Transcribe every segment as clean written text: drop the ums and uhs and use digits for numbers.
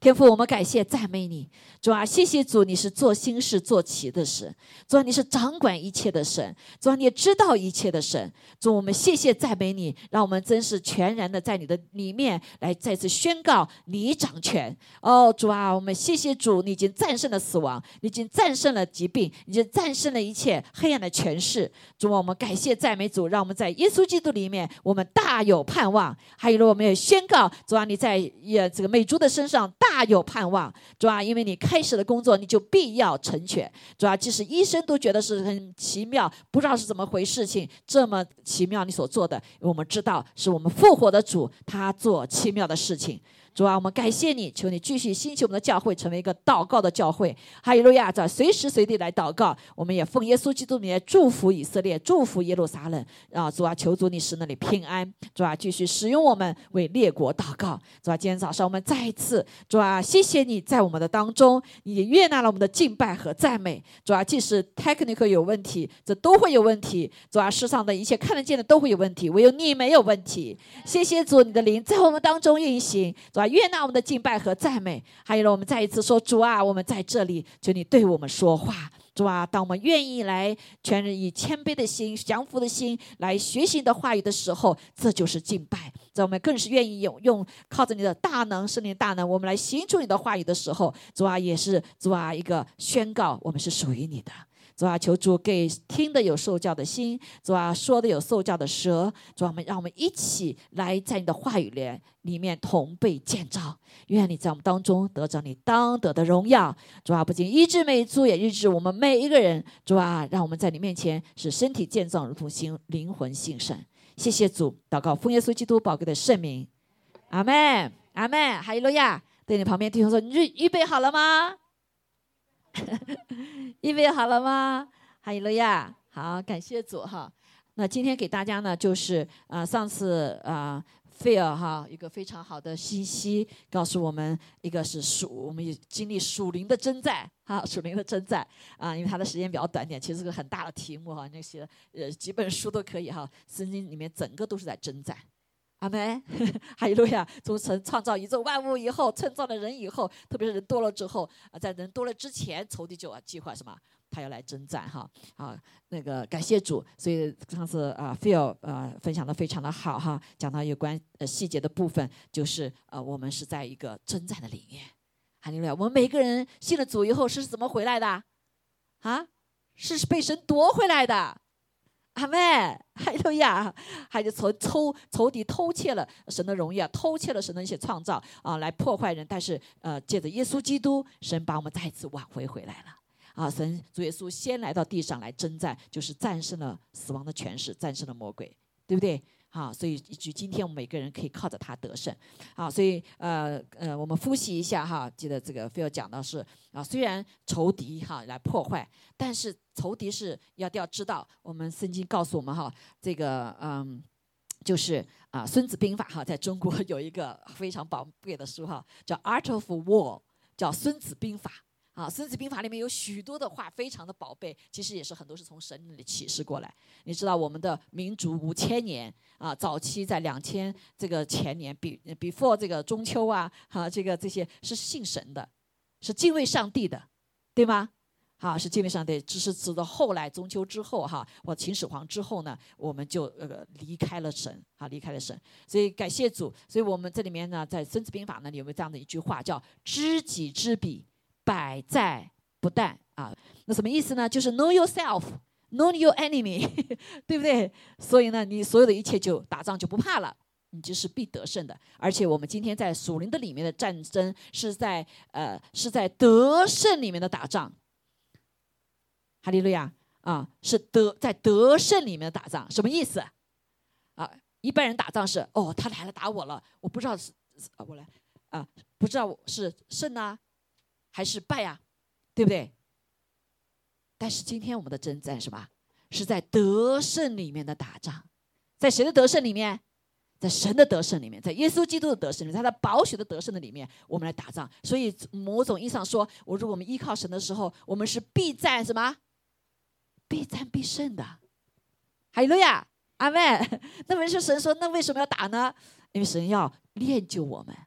天父，我们感谢赞美你，主啊，谢谢主，你是做新事做奇的神，主啊，你是掌管一切的神，主啊，你也知道一切的神，主，我们谢谢赞美你，让我们真是全然的在你的里面来再次宣告你掌权。哦，主啊，我们谢谢主，你已经战胜了死亡，你已经战胜了疾病，你已经战胜了一切黑暗的权势。主啊，我们感谢赞美主，让我们在耶稣基督里面，我们大有盼望。还有呢，我们也宣告，主啊，你在这个美珠的身上大有盼望。主啊，因为你开始的工作，你就必要成全。主啊，即使医生都觉得是很奇妙，不知道是怎么回事情，这么奇妙你所做的，我们知道是我们复活的主，他做奇妙的事情。主啊，我们感谢你，求你继续兴起我们的教会，成为一个祷告的教会。哈利路亚，在随时随地来祷告。我们也奉耶稣基督名祝福以色列，祝福耶路撒冷。主啊，求主你使那里平安。主啊，继续使用我们为列国祷告。主啊，今天早上我们再一次，主啊，谢谢你在我们的当中，你也悦纳了我们的敬拜和赞美。主啊，即使 technical 有问题，这都会有问题。主啊，世上的一切看得见的都会有问题，唯有你没有问题。谢谢主，你的灵在我们当中运行。主啊，悦纳我们的敬拜和赞美。还有呢，我们再一次说，主啊，我们在这里，求你对我们说话。主啊，当我们愿意来全人以谦卑的心、降服的心来学习你的话语的时候，这就是敬拜。在我们更是愿意用靠着你的大能、圣灵的大能，我们来行出你的话语的时候，主啊，也是主啊一个宣告，我们是属于你的。主啊，求主给听的有受教的心，主啊，说的有受教的舌，主啊，让我们一起来在你的话语里面同被建造。愿你在我们当中得着你当得的荣耀。主啊，不仅医治美主，也医治我们每一个人。主啊，让我们在你面前使身体健壮，如同灵魂兴盛。谢谢主，祷告奉耶稣基督宝贵的圣名，阿们，阿们，哈利路亚。对你旁边弟兄说，你预备好了吗？预备好了吗？哈利路亚！好，感谢主哈。那今天给大家呢，就是上次Phil 哈一个非常好的信息，告诉我们一个是我们也经历属灵的征战哈，属灵的征战因为他的时间比较短点，其实是个很大的题目哈，那些几本书都可以哈，圣经里面整个都是在征战。阿们，哈利路亚！从神创造宇宙万物以后，创造了人以后，特别是人多了之后，在人多了之前，仇敌就计划什么？他要来征战哈那个感谢主，所以上次Phil 分享的非常的好哈，讲到有关细节的部分，就是我们是在一个征战的里面。哈利路亚！我们每个人信了主以后是怎么回来的？是被神夺回来的。阿们，哈利路亚！还有仇敌偷窃了神的荣耀，偷窃了神的一些创造来破坏人。但是借着耶稣基督，神把我们再一次挽回回来了神主耶稣先来到地上来征战，就是战胜了死亡的权势，战胜了魔鬼，对不对？所以以及今天我们每个人可以靠着他得胜所以我们复习一下记得这个Phil讲的是虽然仇敌来破坏，但是仇敌是要知道，我们圣经告诉我们这个就是孙子兵法在中国有一个非常宝贵的书叫 Art of War， 叫孙子兵法。孙子兵法里面有许多的话非常的宝贝，其实也是很多是从神那里启示过来。你知道我们的民族5000年早期在2000这个前年before 这个中秋这些是信神的，是敬畏上帝的，对吗？是敬畏上帝，只是直到后来中秋之后或秦始皇之后呢，我们就离开了神离开了神。所以感谢主，所以我们这里面呢，在孙子兵法那里有没有这样的一句话，叫知己知彼，百战不殆那什么意思呢？就是 know yourself, know your enemy 对不对？所以呢，你所有的一切就打仗就不怕了，你就是必得胜的。而且我们今天在属灵的里面的战争是在得胜里面的打仗。哈利路亚是在得胜里面的打仗。什么意思一般人打仗是他来了打我了，我不知道是我来不知道是胜还是败对不对？但是今天我们的征战是吧？是在得胜里面的打仗。在谁的得胜里面？在神的得胜里面，在耶稣基督的得胜里面，在他宝血的得胜的里面，我们来打仗。所以某种意义上说，如果我们依靠神的时候，我们是必战什么？必战必胜的。哈利路亚，阿们。那为什么神说那为什么要打呢？因为神要练就我们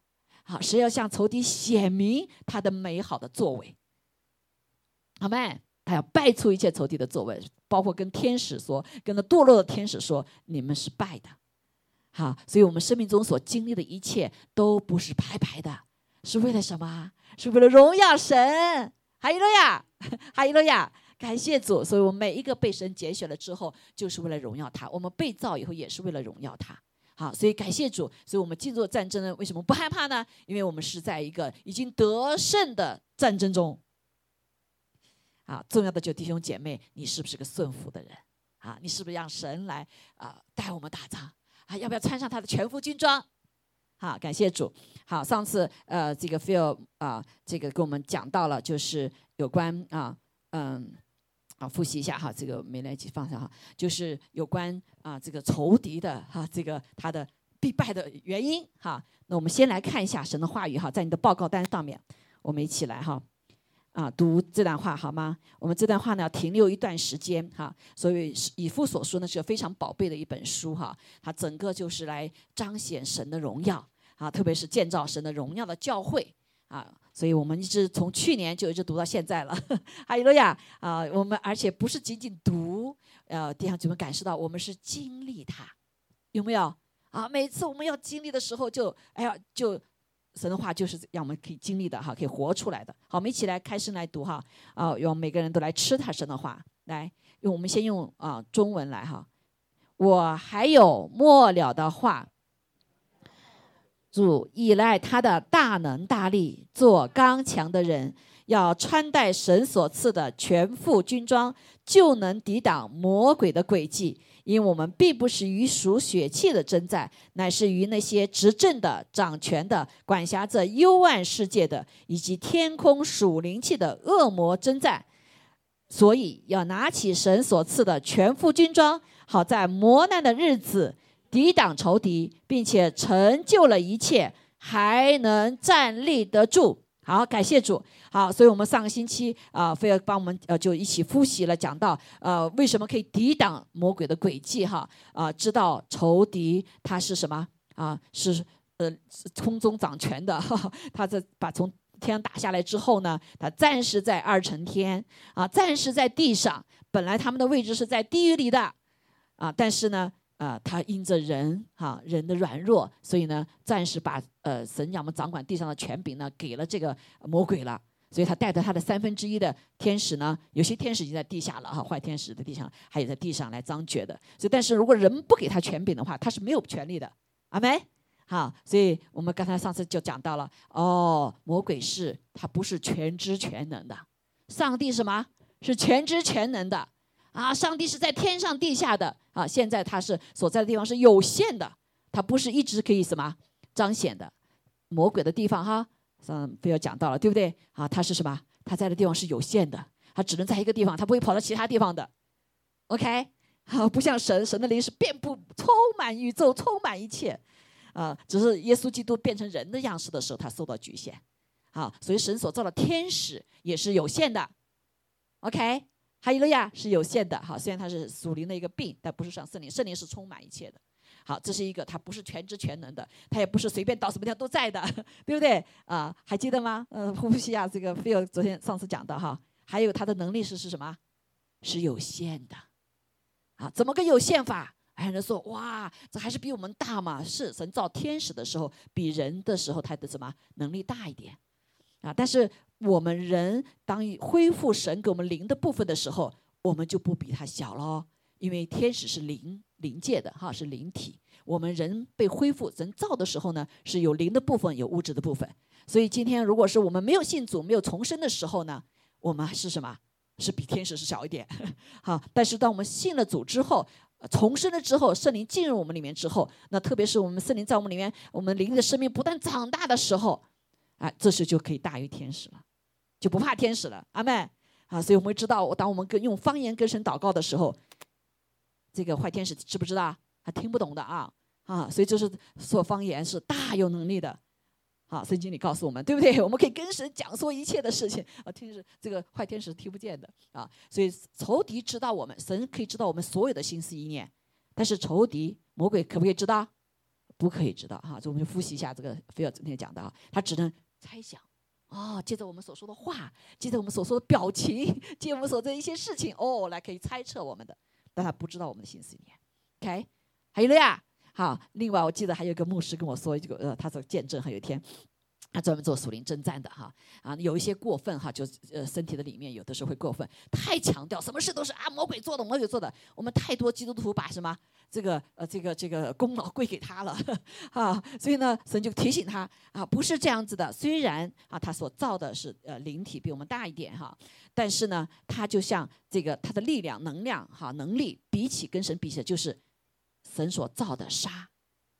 好，神要向仇敌显明他的美好的作为。阿们，他要败出一切仇敌的作为，包括跟天使说，跟那堕落的天使说，你们是败的。好，所以我们生命中所经历的一切都不是白白的，是为了什么？是为了荣耀神。哈利路亚，哈利路亚，感谢主。所以我们每一个被神拣选了之后，就是为了荣耀他。我们被造以后也是为了荣耀他。好，所以感谢主。所以我们进入战争呢，为什么不害怕呢？因为我们是在一个已经得胜的战争中。啊，重要的就弟兄姐妹，你是不是个顺服的人？啊，你是不是让神来带我们打仗？啊，要不要穿上他的全副军装？好，感谢主。好，上次这个 Phil 这个跟我们讲到了，就是有关复习一下哈，这个没来及放上哈，就是有关这个仇敌的这个他的必败的原因哈。那我们先来看一下神的话语哈，在你的报告单上面，我们一起来哈读这段话好吗？我们这段话呢要停留一段时间哈。所以以弗所书呢是个非常宝贝的一本书哈，它整个就是来彰显神的荣耀啊，特别是建造神的荣耀的教会啊。所以我们一直从去年就一直读到现在了，哈利路亚啊！我们而且不是仅仅读，弟兄姊妹感受到我们是经历它，有没有啊？每次我们要经历的时候就神的话就是让我们可以经历的哈，可以活出来的。好，我们一起来开始来读哈用每个人都来吃他神的话，来我们先用中文来哈。我还有末了的话。主依赖他的大能大力，做刚强的人，要穿戴神所赐的全副军装，就能抵挡魔鬼的诡计。因我们并不是与属血气的征战，乃是与那些执政的、掌权的、管辖这幽暗世界的，以及天空属灵气的恶魔征战。所以要拿起神所赐的全副军装，好在磨难的日子抵挡仇敌，并且成就了一切，还能站立得住。好，感谢主。好，所以我们上个星期菲尔帮我们就一起复习了，讲到为什么可以抵挡魔鬼的诡计哈知道仇敌他是什么是空中掌权的，他把从天上打下来之后呢，他暂时在二层天暂时在地上，本来他们的位置是在地狱里的但是呢他因着人的软弱，所以呢暂时把神让我们掌管地上的权柄呢给了这个魔鬼了。所以他带着他的1/3的天使呢，有些天使已经在地下了坏天使在地上，还有在地上来掌权的。所以但是如果人不给他权柄的话，他是没有权利的。阿们。好，所以我们刚才上次就讲到了魔鬼他不是全知全能的，上帝什么是全知全能的上帝是在天上地下的现在他是所在的地方是有限的，他不是一直可以什么彰显的。魔鬼的地方上菲尔讲到了，对不对他是什么？他在的地方是有限的，他只能在一个地方，他不会跑到其他地方的。OK， 不像神的灵是遍布充满宇宙，充满一切只是耶稣基督变成人的样式的时候，他受到局限所以神所造的天使也是有限的。OK， 哈利路亚是有限的虽然它是属灵的一个病，但不是像圣灵，圣灵是充满一切的。好，这是一个他不是全知全能的，他也不是随便到什么地方都在的，对不对还记得吗？呼吸这个菲尔上次讲的还有他的能力是什么？是有限的怎么个有限法？有人说哇，这还是比我们大嘛？是神造天使的时候比人的时候他的什么能力大一点但是我们人当恢复神给我们灵的部分的时候，我们就不比他小了因为天使是灵界的是灵体，我们人被恢复人造的时候呢，是有灵的部分有物质的部分。所以今天如果是我们没有信主没有重生的时候呢，我们是什么？是比天使是小一点但是当我们信了主之后，重生了之后，圣灵进入我们里面之后，那特别是我们圣灵在我们里面，我们灵的生命不断长大的时候这时就可以大于天使了，就不怕天使了。阿们所以我们会知道，当我们用方言跟神祷告的时候，这个坏天使知不知道？他听不懂的所以就是说方言是大有能力的圣经里告诉我们，对不对？我们可以跟神讲说一切的事情天使这个坏天使听不见的所以仇敌知道我们，神可以知道我们所有的心思意念，但是仇敌魔鬼可不可以知道？ 不可以知道哈。所以我们就复习一下这个菲尔今天讲的啊，他只能猜想。借着我们所说的话，借着我们所说的表情，借着我们所做的一些事情，来可以猜测我们的，但他不知道我们的心思里面。OK， 还有了呀。好，另外我记得还有一个牧师跟我说一个，他的见证，有一天他专门做属灵征战的有一些过分就身体的里面有的时候会过分，太强调什么事都是魔鬼做的，魔鬼做的。我们太多基督徒把什么这个功劳归给他了所以呢，神就提醒他不是这样子的。虽然他所造的是灵体比我们大一点但是呢，他就像这个他的力量、能量能力比起跟神比起，就是神所造的沙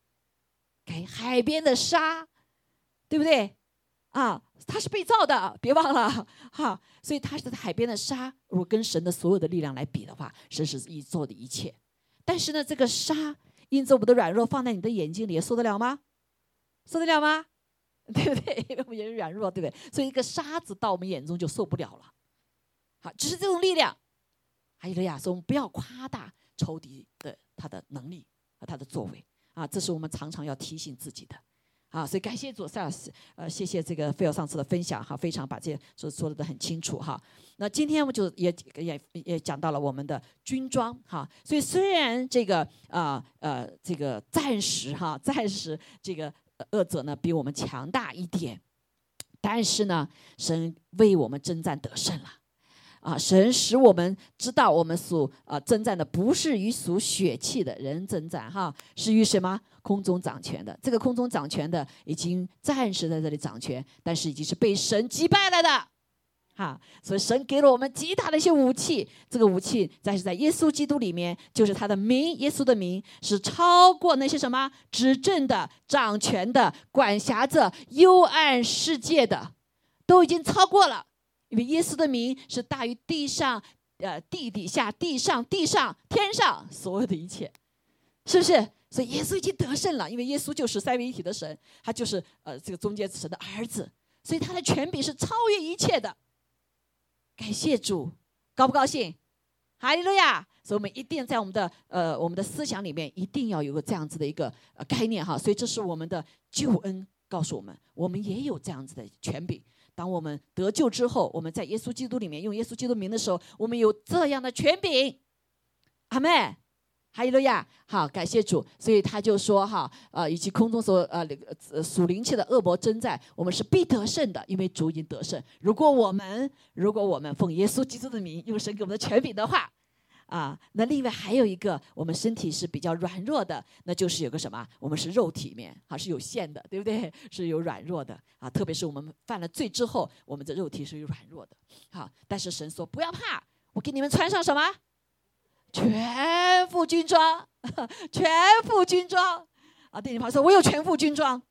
，OK， 海边的沙。对不对它是被造的，别忘了所以它是海边的沙，如果跟神的所有的力量来比的话，神是做的一切。但是呢，这个沙因着我们的软弱放在你的眼睛里，受得了吗？受得了吗？对不对？因为我们也是软弱，对不对？所以一个沙子到我们眼中就受不了了。只是这种力量。还有了说我们不要夸大仇敌的他的能力和他的作为这是我们常常要提醒自己的。所以感谢主，谢谢这个菲尔上次的分享非常把这些说得很清楚那今天我们就也讲到了我们的军装所以虽然这个这个暂时这个恶者呢比我们强大一点，但是呢，神为我们征战得胜了。神使我们知道，我们所征战的不是与属血气的人征战是与什么空中掌权的。这个空中掌权的已经暂时在这里掌权，但是已经是被神击败了的所以神给了我们极大的一些武器，这个武器在耶稣基督里面，就是他的名，耶稣的名是超过那些什么执政的、掌权的、管辖着幽暗世界的，都已经超过了。因为耶稣的名是大于地上、地底下、地上、天上所有的一切，是不是？所以耶稣已经得胜了，因为耶稣就是三位一体的神，他就是这个中间神的儿子，所以他的权柄是超越一切的。感谢主，高不高兴？哈利路亚！所以我们一定在我们的思想里面一定要有个这样子的一个概念所以这是我们的救恩告诉我们，我们也有这样子的权柄。当我们得救之后，我们在耶稣基督里面用耶稣基督名的时候，我们有这样的权柄。阿们，哈利路亚！好，感谢主。所以他就说以及空中所属灵气的恶魔征战，我们是必得胜的，因为主已经得胜。如果我们奉耶稣基督的名，用神给我们的权柄的话那另外还有一个，我们身体是比较软弱的，那就是有个什么，我们是肉体面是有限的，对不对？是有软弱的特别是我们犯了罪之后，我们的肉体是有软弱的但是神说不要怕，我给你们穿上什么？全副军装全副军装对你旁说，我有全副军装，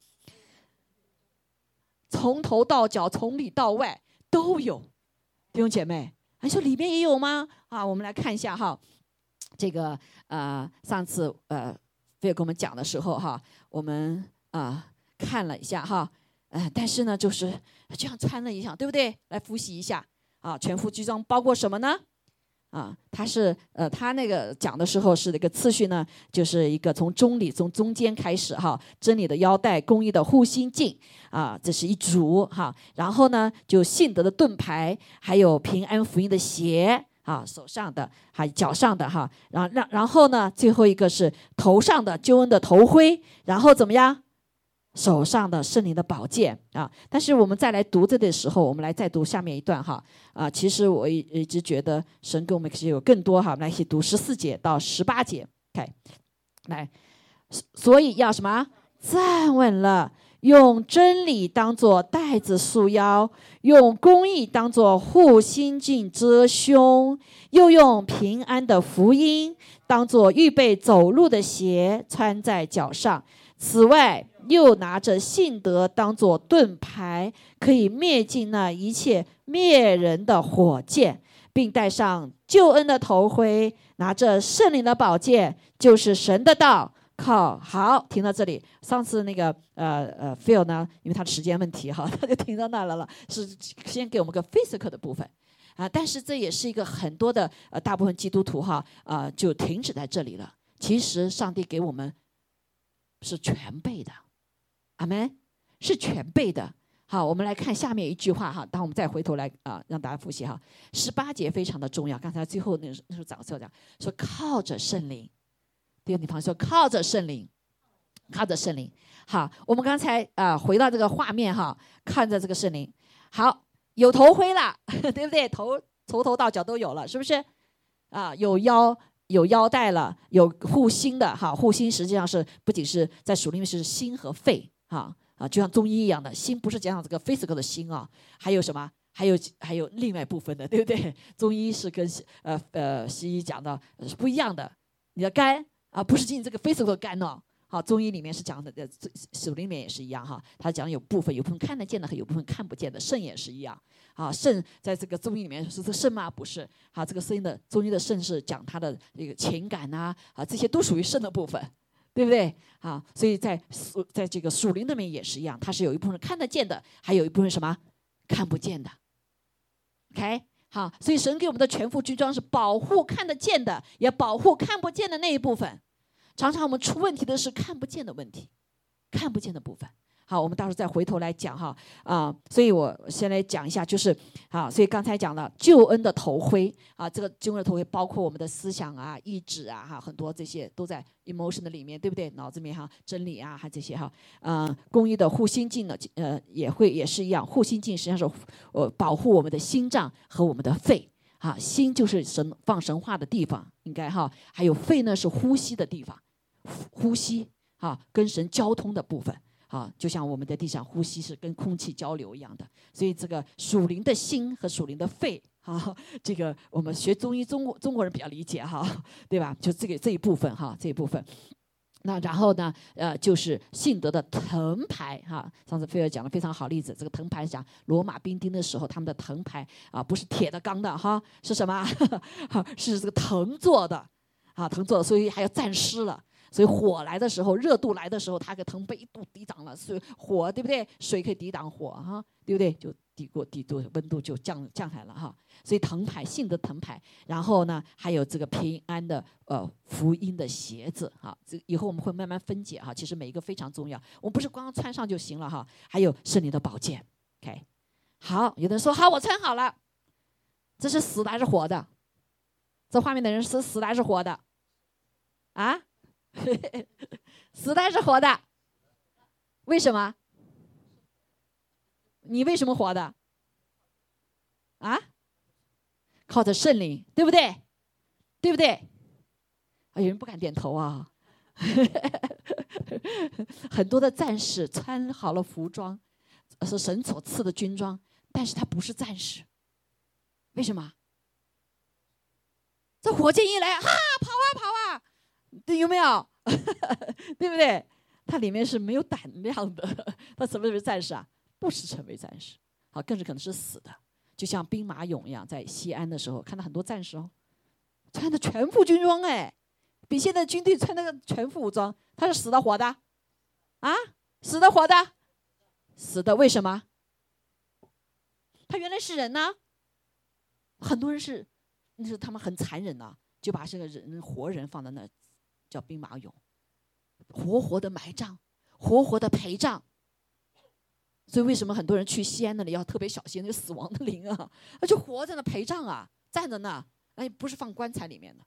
从头到脚，从里到外都有。弟兄姐妹，你说里面也有吗？我们来看一下这个上次菲尔跟我们讲的时候我们看了一下但是呢就是这样穿了一下，对不对？来复习一下全副军装包括什么呢？他那个讲的时候是那个次序呢，就是一个从中间开始真理的腰带、公义的护心镜这是一组然后呢就信德的盾牌，还有平安福音的鞋手上的还脚上的然后呢最后一个是头上的救恩的头盔，然后怎么样？手上的圣灵的宝剑但是我们再来读这的时候，我们来再读下面一段其实我一直觉得神给我们有更多我们来一起读14节到18节来，所以要什么？站稳了，用真理当作带子束腰，用公义当作护心镜遮胸，又用平安的福音当作预备走路的鞋穿在脚上。此外又拿着信德当作盾牌，可以灭尽那一切灭人的火箭，并戴上救恩的头盔，拿着圣灵的宝剑，就是神的道。好，停到这里。上次那个Phil 呢，因为他的时间问题他就停到那了，是先给我们个 physical 的部分但是这也是一个很多的大部分基督徒就停止在这里了。其实上帝给我们是全备的，阿们，是全备的。好，我们来看下面一句话哈，当我们再回头来让大家复习哈。18节非常的重要，刚才最后那时候讲说靠着圣灵，第二地方说靠着圣灵，靠着圣灵。好，我们刚才回到这个画面哈，看着这个圣灵，好，有头盔了，对不对？从头到脚都有了，是不是？有腰带了，有护心的哈，护心实际上是不仅是在属灵里面是心和肺就像中医一样的，心不是讲这个 physical 的心还有什么？还有另外部分的，对不对？中医是跟西医讲的是不一样的。你的肝不是仅仅这个 physical 的肝好，中医里面是讲的，属灵里面也是一样哈。他讲有部分看得见的和有部分看不见的，肾也是一样肾在这个中医里面是这个肾吗？不是这个中医的肾是讲他的这个情感这些都属于肾的部分。对不对所以在这个属灵里面也是一样，它是有一部分看得见的，还有一部分什么看不见的。OK， 好，所以神给我们的全副军装是保护看得见的，也保护看不见的那一部分。常常我们出问题的是看不见的问题，看不见的部分。好，我们到时候再回头来讲所以我先来讲一下，就是所以刚才讲了救恩的头盔这个救恩的头盔包括我们的思想意志很多这些都在 emotion 的里面，对不对？脑子里面真理还这些公义的护心镜呢也是一样，护心镜实际上是保护我们的心脏和我们的肺心就是放神话的地方，应该还有肺呢是呼吸的地方，呼吸跟神交通的部分。就像我们在地上呼吸是跟空气交流一样的，所以这个属灵的心和属灵的肺这个我们学中医中国人比较理解对吧？就这一部分这一部分。那然后呢就是信德的藤牌上次菲尔讲的非常好例子，这个藤牌讲罗马兵丁的时候他们的藤牌不是铁的钢的是什么是这个藤做的藤做的，所以还要沾湿了。所以火来的时候，热度来的时候，它给藤杯一度抵挡了，所以火对不对？水可以抵挡火对不对？就抵度温度就降下来了所以藤牌，信的藤牌，然后呢还有这个平安的福音的鞋子这以后我们会慢慢分解其实每一个非常重要，我们不是光穿上就行了还有圣灵的宝剑。OK， 好，有的人说好，我穿好了，这是死的还是活的？这画面的人是死的还是活的？死的还是活的？为什么？你为什么活的？靠着圣灵，对不对？对不对？有人不敢点头很多的战士穿好了服装，是神所赐的军装，但是他不是战士。为什么？这火箭一来，跑啊！对，有没有？对不对？他里面是没有胆量的，他什么时候是战士不是成为战士，更是可能是死的。就像兵马俑一样，在西安的时候看到很多战士穿的全副军装比现在军队穿那个全副武装，他是死的活的死的活的，死的。为什么？他原来是人很多人是他们很残忍就把这个活人放在那叫兵马俑，活活的埋葬，活活的陪葬。所以为什么很多人去西安那里要特别小心那个死亡的灵就活在那陪葬站在那不是放棺材里面的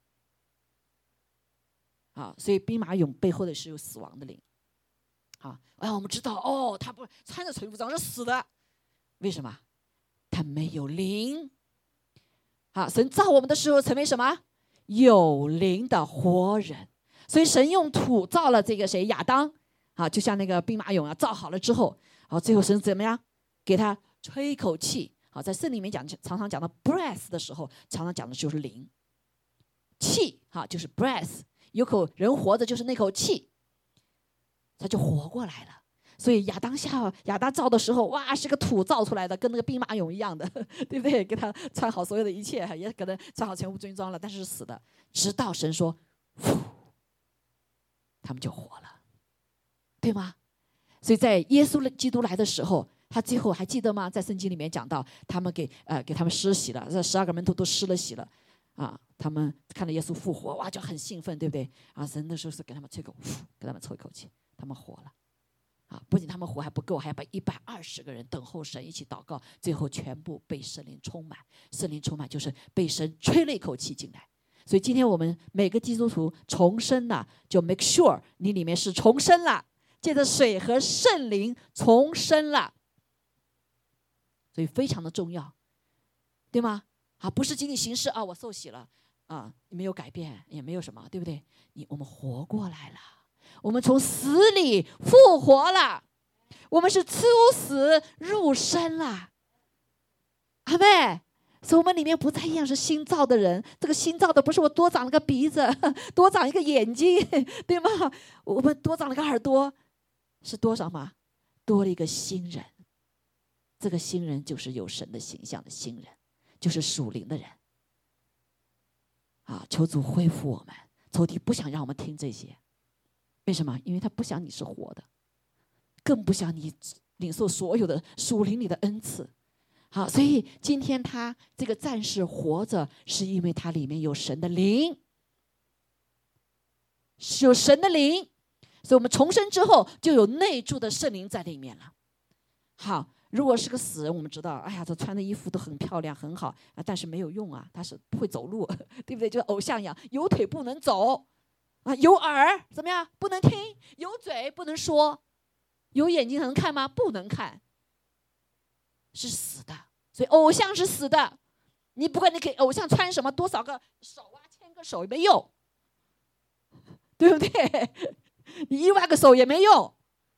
所以兵马俑背后的是有死亡的灵我们知道他不穿着全副武装是死的，为什么？他没有灵神造我们的时候成为什么？有灵的活人。所以神用土造了这个谁？亚当就像那个兵马俑造好了之后最后神怎么样？给他吹一口气在圣经里面常常讲到 breath 的时候，常常讲的就是灵气就是 breath， 有口人活着就是那口气，他就活过来了。所以亚当造的时候，哇，是个土造出来的，跟那个兵马俑一样的，对不对？给他穿好所有的一切，也给他穿好全副军装了，但是死的。直到神说，他们就活了，对吗？所以在耶稣基督来的时候，他最后还记得吗？在圣经里面讲到，他们给他们施洗了，这12个门徒都施了洗了他们看到耶稣复活，哇，就很兴奋，对不对？神的时候是给他们吹口，给他们抽一口气，他们活了。不仅他们活还不够，还要把120个人等候神一起祷告，最后全部被圣灵充满。圣灵充满就是被神吹了一口气进来。所以今天我们每个基督徒重生了，就 make sure 你里面是重生了，借着水和圣灵重生了。所以非常的重要，对吗？不是仅仅形式我受洗了没有改变，也没有什么，对不对？我们活过来了，我们从死里复活了，我们是出死入生了。阿们。所以我们里面不再一样是新造的人，这个新造的不是我多长了个鼻子，多长一个眼睛，对吗？我们多长了个耳朵，是多少吗？多了一个新人。这个新人就是有神的形象的新人，就是属灵的人。求主恢复我们。仇敌不想让我们听这些，为什么？因为他不想你是活的，更不想你领受所有的属灵里的恩赐。所以今天他这个战士活着，是因为他里面有神的灵，是有神的灵。所以我们重生之后，就有内住的圣灵在里面了。如果是个死人，我们知道，他穿的衣服都很漂亮很好但是没有用他是不会走路，对不对？就偶像一样，有腿不能走有耳怎么样不能听，有嘴不能说，有眼睛能看吗？不能看，是死的。所以偶像是死的，你不管你给偶像穿什么，多少个手1000个手也没用，对不对？你1万个手也没用。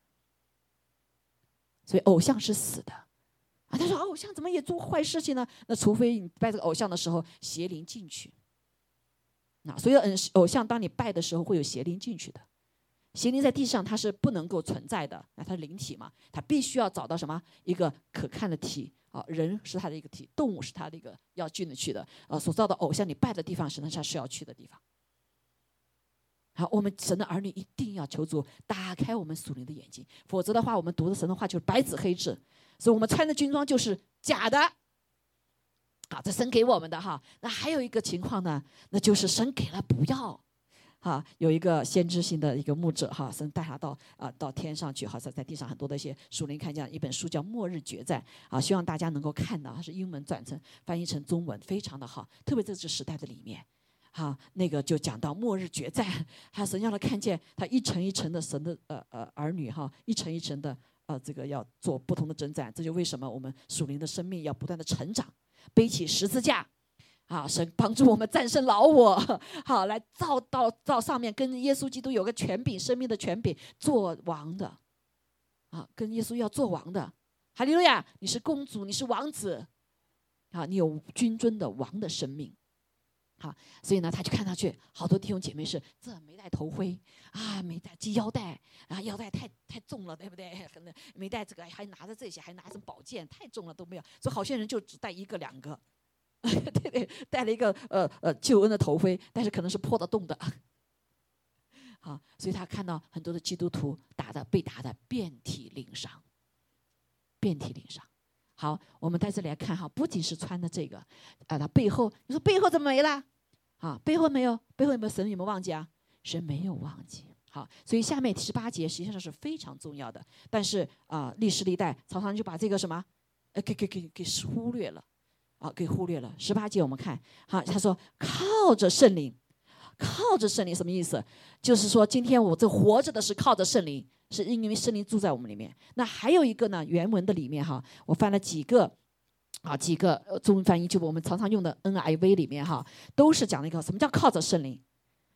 所以偶像是死的他说偶像怎么也做坏事情呢？那除非你拜这个偶像的时候邪灵进去。所以偶像当你拜的时候会有邪灵进去的。邪灵在地上它是不能够存在的，它灵体嘛，它必须要找到什么一个可看的体人是它的一个体，动物是它的一个要进得去的所造的偶像你拜的地方是它是要去的地方。我们神的儿女一定要求主打开我们属灵的眼睛，否则的话我们读的神的话就是白纸黑字，所以我们穿的军装就是假的这神给我们的那还有一个情况呢，那就是神给了不要有一个先知性的一个牧者神带他到天上去在地上很多的一些属灵看见一本书叫《末日决战》希望大家能够看到，它是英文翻译成中文，非常的好，特别这个时代的里面那个就讲到末日决战，神要他看见他一层一层的神的儿女一层一层的这个要做不同的征战。这就为什么我们属灵的生命要不断的成长，背起十字架神帮助我们战胜老我来到上面跟耶稣基督有个权柄，生命的权柄，做王的跟耶稣要做王的。哈利路亚！你是公主，你是王子你有君尊的王的生命所以呢他就看上去好多弟兄姐妹是这没带头盔没带系腰带腰带太重了，对不对？没带这个，还拿着这些，还拿着宝剑，太重了都没有。所以好些人就只带1个2个对对，带了一个救恩的头盔，但是可能是破了洞的所以他看到很多的基督徒被打的遍体鳞伤，遍体鳞伤。好，我们在这里来看不仅是穿的这个他背后，你说背后怎么没了背后没有，背后有没有神有没有忘记神没有忘记。好，所以下面18节实际上是非常重要的，但是历史历代常常就把这个什么给忽略了给忽略了。18节我们看他说靠着圣灵，靠着圣灵什么意思？就是说今天我这活着的是靠着圣灵，是因为圣灵住在我们里面。那还有一个呢，原文的里面我翻了几个中文翻译，就我们常常用的 NIV 里面都是讲了一个什么叫靠着圣灵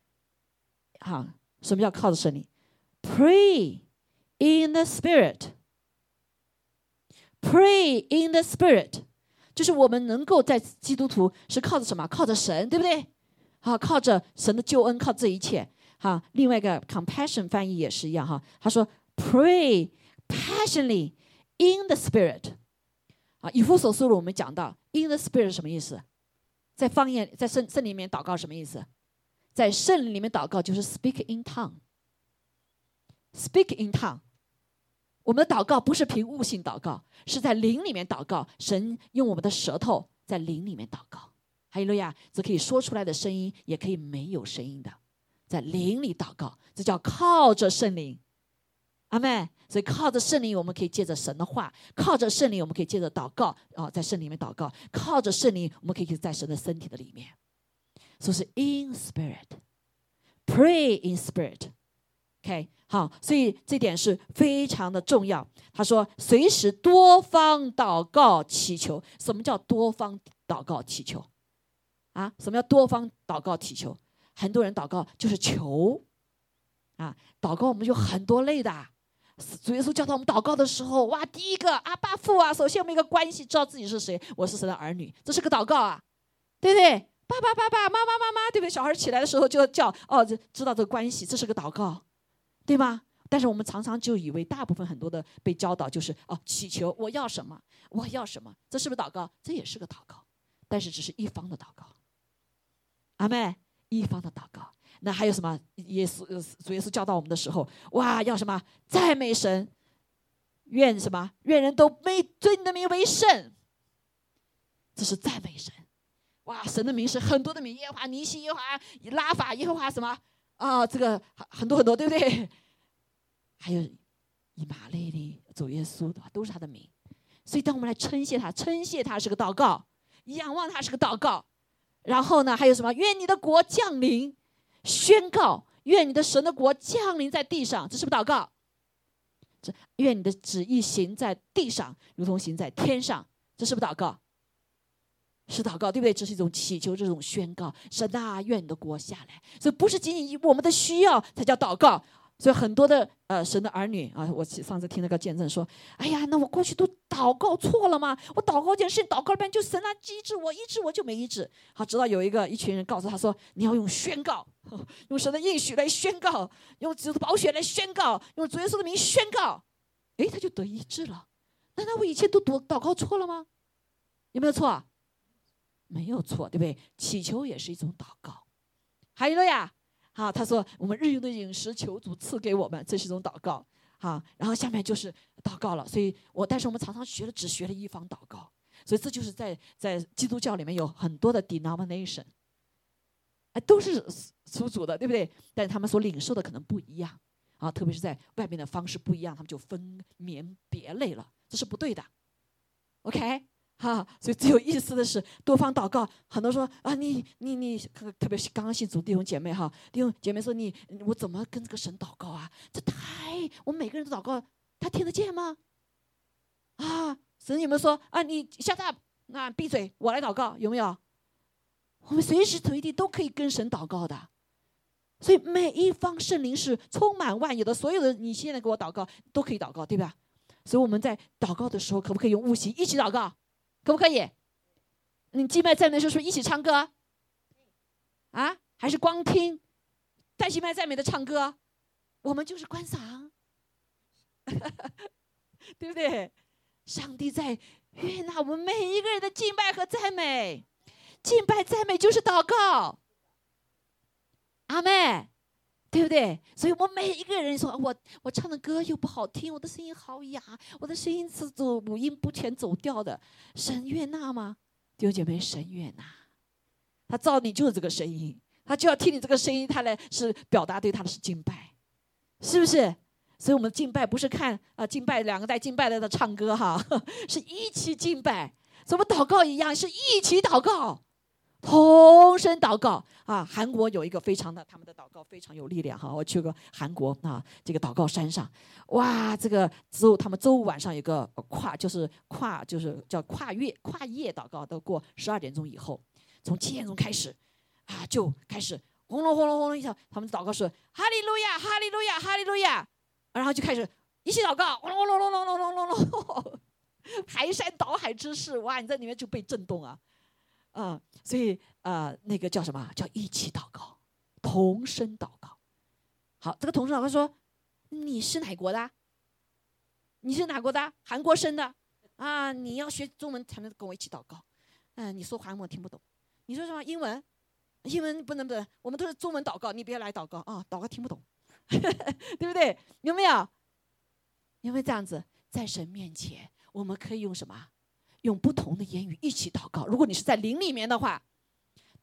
什么叫靠着圣灵？ Pray in the Spirit， Pray in the Spirit， 就是我们能够在基督徒是靠着什么？靠着神，对不对？靠着神的救恩，靠这一切另外一个 Compassion 翻译也是一样他说 Pray passionately in the Spirit。以弗所书我们讲到 in the Spirit 是什么意思？在方言，在圣灵里面祷告什么意思？在圣灵里面祷告就是 speak in tongue， speak in tongue。 我们的祷告不是凭悟性祷告，是在灵里面祷告，神用我们的舌头在灵里面祷告哈利路亚！这可以说出来的声音，也可以没有声音的，在灵里祷告，这叫靠着圣灵。阿们。所以靠着圣灵，我们可以借着神的话；靠着圣灵，我们可以借着祷告在圣灵里面祷告；靠着圣灵，我们可以在神的身体的里面。所以是 in spirit, pray in spirit。OK， 好，所以这点是非常的重要。他说，随时多方祷告祈求。什么叫多方祷告祈求？啊，什么叫多方祷告祈求？很多人祷告就是求啊，祷告我们有很多类的。主耶稣教导我们祷告的时候，哇，第一个阿爸父啊，首先我们一个关系，知道自己是谁，我是神的儿女，这是个祷告啊，对不对？爸爸爸爸，妈妈妈妈，对不对？小孩起来的时候就叫知道这个关系，这是个祷告，对吗？但是我们常常就以为大部分很多的被教导就是祈求我要什么，我要什么，这是不是祷告？这也是个祷告，但是只是一方的祷告。阿们，一方的祷告。那还有什么？主耶稣教导我们的时候，哇，要什么？赞美神，愿什么？愿人都尊你的名为圣。这是赞美神。哇，神的名是很多的名，耶和华尼西，耶和华拉法，耶和华什么这个很多很多，对不对？还有以马内利，主耶稣的都是他的名。所以当我们来称谢他是个祷告，仰望他是个祷告。然后呢，还有什么？愿你的国降临。宣告，愿你的神的国降临在地上，这是不是祷告？愿你的旨意行在地上，如同行在天上，这是不是祷告？是祷告，对不对？这是一种祈求，这种宣告。神啊，愿你的国下来。所以不是仅仅以我们的需要才叫祷告。所以很多的神的儿女我上次听那个见证说，哎呀，那我过去都祷告错了吗？我祷告一件事，祷告了半天就神啊医治我就没医治。好，直到有一群人告诉他说，你要用宣告，用神的应许来宣告，用主的宝血来宣告，用主耶稣的名宣告，他就得医治了。难道我以前都祷告错了吗？有没有错？没有错，对不对？祈求也是一种祷告。哈利路亚。好，他说我们日用的饮食求主赐给我们，这是一种祷告。好，然后下面就是祷告了。所以但是我们常常只学了一方祷告，所以这就是在基督教里面有很多的 denomination， 都是属主的，对不对？但是他们所领受的可能不一样特别是在外面的方式不一样，他们就分门别类了，这是不对的。OK。所以最有意思的是多方祷告。很多说你特别是刚刚信主弟兄姐妹弟兄姐妹说我怎么跟这个神祷告啊？我们每个人都祷告，他听得见吗？神有没有说你 shut up 闭嘴，我来祷告？有没有？我们随时随地都可以跟神祷告的。所以每一方圣灵是充满万有的，所有的你现在给我祷告都可以祷告，对吧？所以我们在祷告的时候，可不可以用悟性一起祷告？可不可以？你敬拜赞美的时候是不是一起唱歌还是光听带敬拜赞美的唱歌？我们就是观赏对不对？上帝在悦纳我们每一个人的敬拜和赞美。敬拜赞美就是祷告。阿们，对不对？所以我们每一个人说，我唱的歌又不好听，我的声音好哑，我的声音是走五音不全走调的，神悦纳吗？弟兄姐妹，神悦纳，他造你就是这个声音，他就要听你这个声音，他来是表达对他的是敬拜，是不是？所以我们敬拜不是看敬拜两个在敬拜的唱歌是一起敬拜。所以我们祷告一样，是一起祷告。同声祷告韩国有一个他们的祷告非常有力量我去过韩国这个祷告山上，哇，这个他们周五晚上有个就是叫跨夜祷告，都过12点钟以后，从7点钟开始就开始轰隆轰隆轰隆一下，他们的祷告是哈利路亚哈利路亚哈利路亚，然后就开始一起祷告，轰隆隆隆隆隆隆隆隆，排山倒海之势，哇，你在里面就被震动所以那个叫什么？叫一起祷告，同声祷告。好，这个同声祷告说，你是哪国的？你是哪国的？韩国生的你要学中文才能跟我一起祷告。你说韩文听不懂，你说什么英文？英文不能，我们都是中文祷告，你别来祷告祷告听不懂，对不对？有没有？有没有这样子？在神面前，我们可以用什么？用不同的言语一起祷告。如果你是在灵里面的话，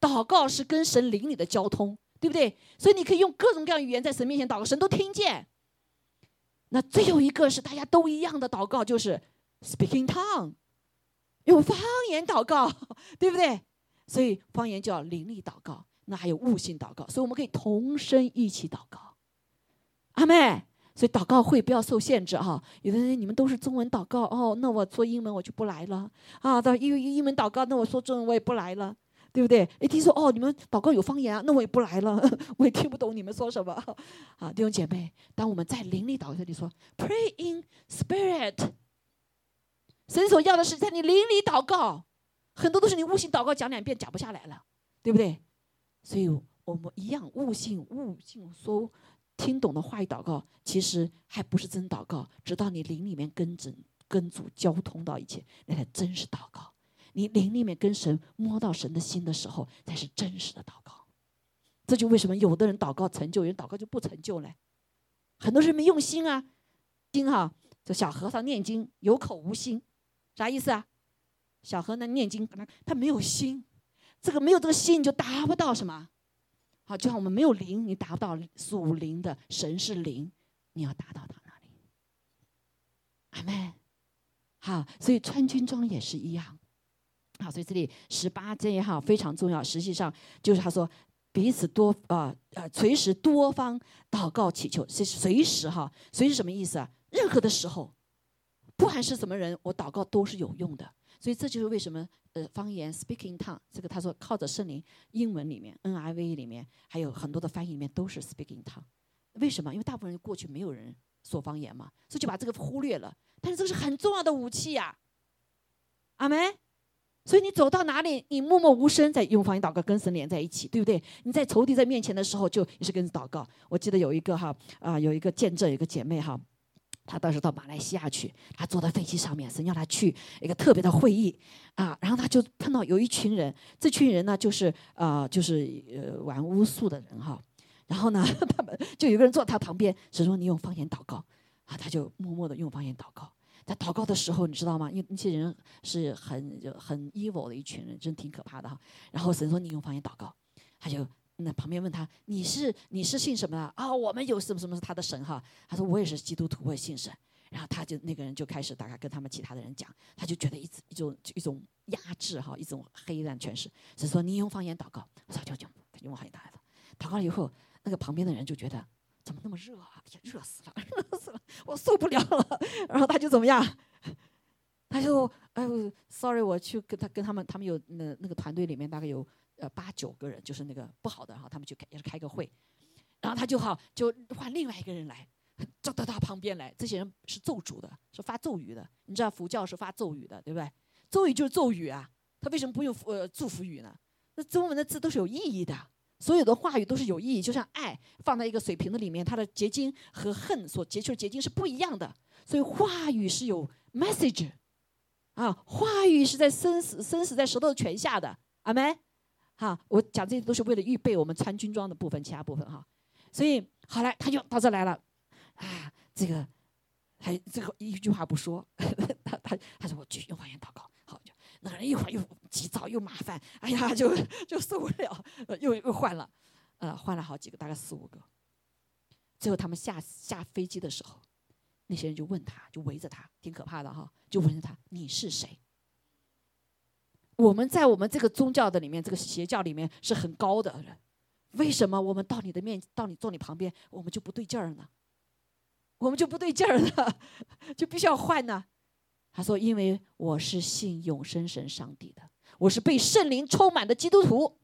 祷告是跟神灵里的交通，对不对？所以你可以用各种各样的语言在神面前祷告，神都听见。那最后一个是大家都一样的祷告，就是 speaking tongue， 用方言祷告，对不对？所以方言叫灵力祷告，那还有悟性祷告，所以我们可以同声一起祷告。阿们。所以祷告会不要受限制哈。有的人你们都是中文祷告哦，那我说英文我就不来了啊。到英文祷告，那我说中文我也不来了，对不对？一听说哦你们祷告有方言啊，那我也不来了，我也听不懂你们说什么啊。弟兄姐妹，当我们在灵里祷告，这里说 pray in spirit， 神所要的是在你灵里祷告，很多都是你悟性祷告讲2遍讲不下来了，对不对？所以我们一样悟性说听懂的话语祷告，其实还不是真祷告。直到你灵里面跟主交通到一起，那才真是祷告。你灵里面跟神摸到神的心的时候，才是真实的祷告。这就为什么有的人祷告成就，有人祷告就不成就嘞。很多人没用心啊，心哈，这小和尚念经有口无心，啥意思啊？小和尚念经他没有心，没有这个心，你就达不到什么。好，就像我们没有灵，你达不到属灵的，神是灵，你要达到他那里。阿们。好，所以穿军装也是一样。好，所以这里18节哈非常重要。实际上就是他说彼此随时多方祷告祈求，是随时哈，随时什么意思啊？任何的时候，不管是什么人，我祷告都是有用的。所以这就是为什么方言 speaking tongue 这个他说靠着圣灵，英文里面 NIV 里面还有很多的翻译里面都是 speaking tongue。为什么？因为大部分人过去没有人说方言嘛，所以就把这个忽略了。但是这个是很重要的武器呀，阿们。所以你走到哪里，你默默无声在用方言祷告，跟神连在一起，对不对？你在仇敌在面前的时候，就也是跟祷告。我记得有一个有一个见证，有一个姐妹哈。他当时到马来西亚去，他坐在飞机上面，神要他去一个特别的会议啊，然后他就碰到有一群人，这群人呢就是玩巫术的人哈，然后呢他们就有一个人坐他旁边，神说你用方言祷告啊，他就默默的用方言祷告。在祷告的时候，你知道吗？因为那些人是很 evil 的一群人，真挺可怕的哈。然后神说你用方言祷告，他就。那旁边问他你是信什么的啊？我们有什么什么是他的神哈？他说我也是基督徒，我也信神。然后那个人就开始大概跟他们其他的人讲，他就觉得一种压制哈，一种黑暗权势。所以说你用方言祷告，我说就用方言祷告了以后，那个旁边的人就觉得怎么那么热啊？热死了，我受不了了。然后他就怎么样？他就sorry， 我去跟他们有那个团队里面大概有。8、9个人，就是那个不好的哈，他们也是开个会，然后他就换另外一个人来，走到他旁边来。这些人是咒主的，是发咒语的。你知道佛教是发咒语的，对不对？咒语就是咒语啊，他为什么不用祝福语呢？那中文的字都是有意义的，所有的话语都是有意义。就像爱放在一个水瓶子里面，它的结晶和恨所结出的结晶是不一样的，所以话语是有 message 啊，话语是在生死在舌头泉下的，阿们。哈，我讲这些都是为了预备我们穿军装的部分，其他部分哈。所以好了，他就到这来了，啊，这个一句话不说，他说我继续用方言祷告，好，就那个人一会儿又急躁又麻烦，哎呀，就受不了，又换了，换了好几个，大概4、5个。最后他们下飞机的时候，那些人就问他，就围着他，挺可怕的哈，就问着他你是谁？我们在我们这个宗教的里面，这个邪教里面是很高的人，为什么我们到你坐你旁边，我们就不对劲儿呢？我们就不对劲儿呢，就必须要换呢？他说：“因为我是信永生神上帝的，我是被圣灵充满的基督徒。”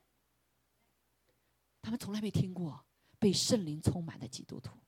他们从来没听过被圣灵充满的基督徒。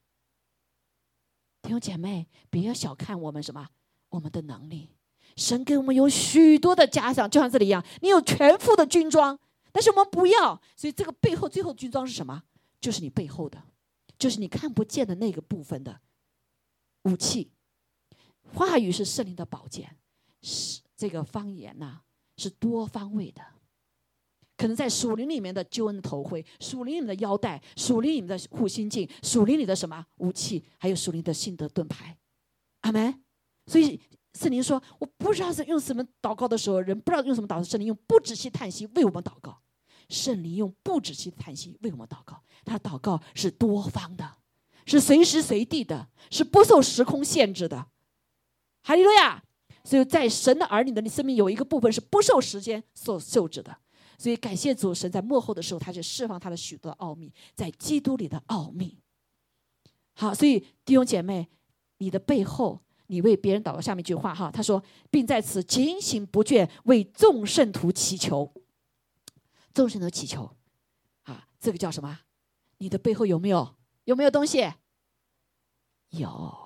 弟兄姐妹，别小看我们我们的能力。神给我们有许多的加上，就像这里一样，你有全副的军装，但是我们不要。所以这个背后最后军装是什么？就是你背后的，就是你看不见的那个部分的武器。话语是圣灵的宝剑，是这个方言是多方位的，可能在属灵里面的救恩的头盔，属灵里面的腰带，属灵里面的护心镜，属灵里的武器，还有属灵的信德盾牌。阿们。所以圣灵说，我不知道是用什么祷告的时候，人不知道用什么祷告，圣灵用不止息叹息为我们祷告。 圣灵用不止息的叹息为我们祷告。他的祷告是多方的，是随时随地的，是不受时空限制的。哈利路亚！所以在神的儿女的生命有一个部分是不受时间所限制的。所以感谢主，神在末后的时候，他就释放他的许多的奥秘，在基督里的奥秘。好，所以弟兄姐妹，你的背后，你为别人祷告。下面一句话哈，他说，并在此警醒不倦，为众圣徒祈求。众圣徒祈求，啊，这个叫什么？你的背后有没有东西？有。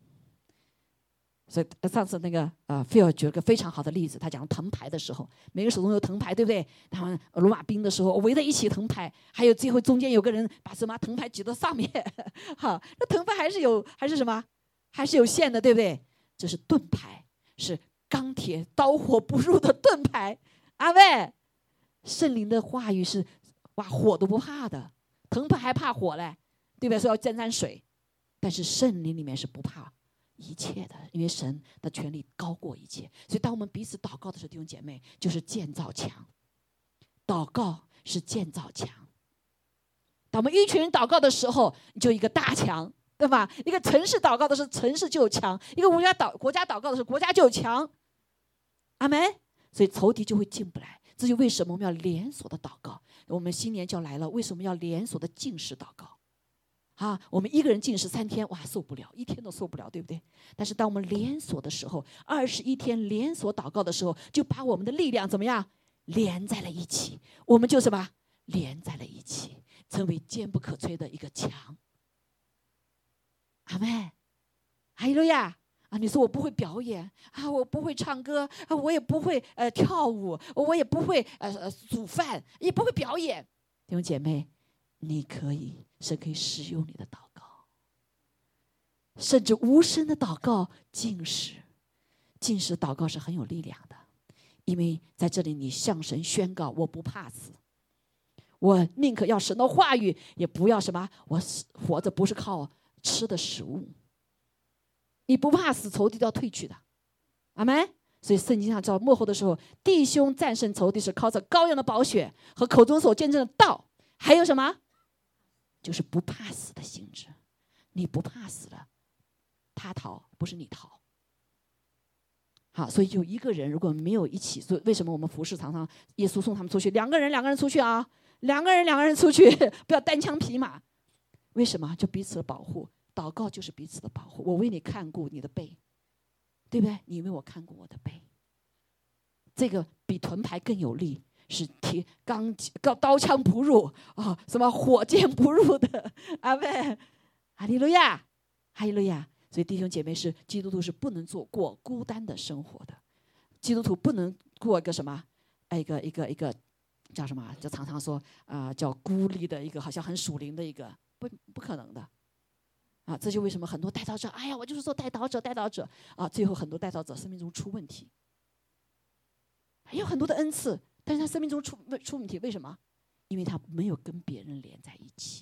所以上次那个Phil 举了个非常好的例子，他讲藤牌的时候，每个手中有藤牌，对不对？他们罗马兵的时候围在一起藤牌，还有最后中间有个人把什么藤牌举到上面，好，那藤牌还是什么？还是有线的，对不对？这是盾牌，是钢铁刀火不入的盾牌。阿妹，圣灵的话语是哇，火都不怕的，藤牌还怕火嘞，对不对？说要沾水，但是圣灵里面是不怕一切的，因为神的权力高过一切。所以当我们彼此祷告的时候，弟兄姐妹，就是建造墙。祷告是建造墙。当我们一群人祷告的时候，就一个大墙，对吧？一个城市祷告的时候，城市就有墙；一个国家祷告的时候，国家就有墙。阿门。所以仇敌就会进不来。这就为什么我们要连锁的祷告。我们新年就来了，为什么要连锁的禁食祷告？我们一个人禁食3天，哇，受不了，1天都受不了，对不对？但是当我们连锁的时候，21天连锁祷告的时候，就把我们的力量怎么样连在了一起？我们就什么连在了一起，成为坚不可摧的一个墙。阿们，哈利路亚！你说我不会表演我不会唱歌我也不会跳舞，我也不会煮饭，也不会表演。弟兄姐妹，你可以，神可以使用你的祷告，甚至无声的祷告，禁食祷告是很有力量的，因为在这里你向神宣告，我不怕死，我宁可要神的话语，也不要什么，我活着不是靠吃的食物。你不怕死，仇敌都要退去的，阿们。所以圣经上叫末后的时候，弟兄战胜仇敌是靠着羔羊的宝血和口中所见证的道，还有什么？就是不怕死的性质。你不怕死了，他逃不是你逃。好，所以有一个人如果没有一起，所以为什么我们服侍常常耶稣送他们出去，两个人出去啊，两个人出去，不要单枪匹马。为什么？就彼此的保护。祷告就是彼此的保护。我为你看顾你的背，对不对？你为我看顾我的背，这个比盾牌更有力，是刀枪不入什么火箭不入的。阿们，哈利路亚，哈利路亚。所以弟兄姐妹，是基督徒是不能过孤单的生活的。基督徒不能过一个什么一个叫什么？就常常说叫孤立的一个，好像很属灵的一个，不可能的。这就为什么很多代祷者，哎呀，我就是做代祷者最后很多代祷者生命中出问题。有很多的恩赐，但是他生命中出问题，为什么？因为他没有跟别人连在一起。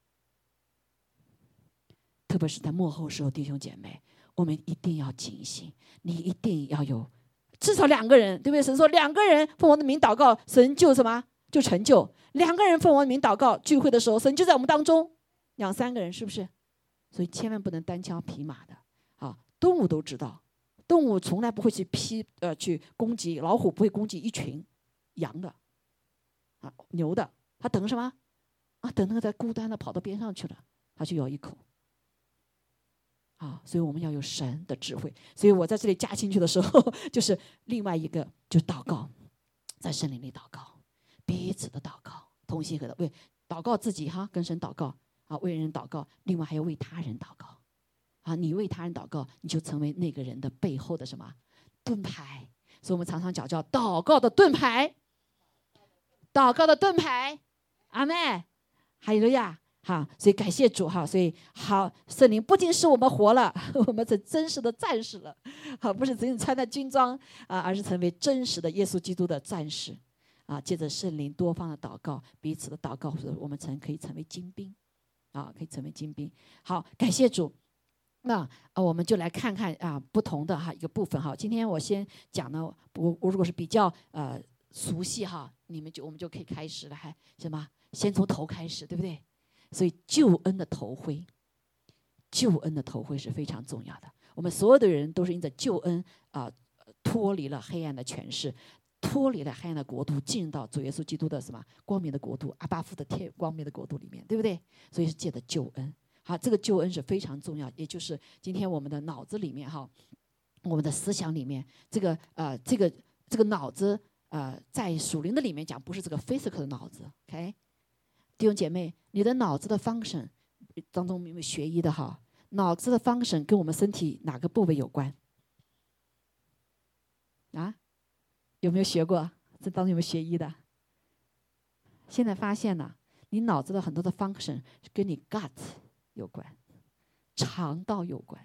特别是在末后时候，弟兄姐妹，我们一定要警醒，你一定要有至少2个人，对不对？神说2个人奉我的名祷告，神就什么？就成就。2个人奉我的名祷告，聚会的时候，神就在我们当中。2、3个人，是不是？所以千万不能单枪匹马的。动物都知道，动物从来不会去攻击，老虎不会攻击一群羊的牛的，它等什么等那个在孤单的跑到边上去了，它去咬一口。所以我们要有神的智慧。所以我在这里加进去的时候，就是另外一个，就祷告，在圣灵里祷告，彼此的祷告，同心合的为祷告自己跟神祷告为人祷告，另外还要为他人祷告你为他人祷告，你就成为那个人的背后的什么盾牌。所以我们常常讲叫祷告的盾牌，祷告的盾牌。阿们，哈利路亚。所以感谢主所以好，圣灵不仅使我们活了，我们是真实的战士了不是仅仅穿的军装而是成为真实的耶稣基督的战士借着圣灵多方的祷告，彼此的祷告，我们可以成为精兵可以成为精兵。好，感谢主。那我们就来看看不同的一个部分今天我先讲呢，我如果是比较熟悉我们就可以开始了，还什么？先从头开始，对不对？所以救恩的头盔，救恩的头盔是非常重要的。我们所有的人都是因着救恩脱离了黑暗的权势，脱离了黑暗的国度，进到主耶稣基督的什么光明的国度，阿爸父的光明的国度里面，对不对？所以是借着救恩。好，这个救恩是非常重要，也就是今天我们的脑子里面我们的思想里面，这个脑子在属灵的里面讲，不是这个 physical 的脑子 ，OK？ 弟兄姐妹，你的脑子的 function 当中有没有学医的哈？脑子的 function 跟我们身体哪个部位有关？啊？有没有学过？这当中有没有学医的？现在发现了，你脑子的很多的 function 跟你 gut 有关，肠道有关。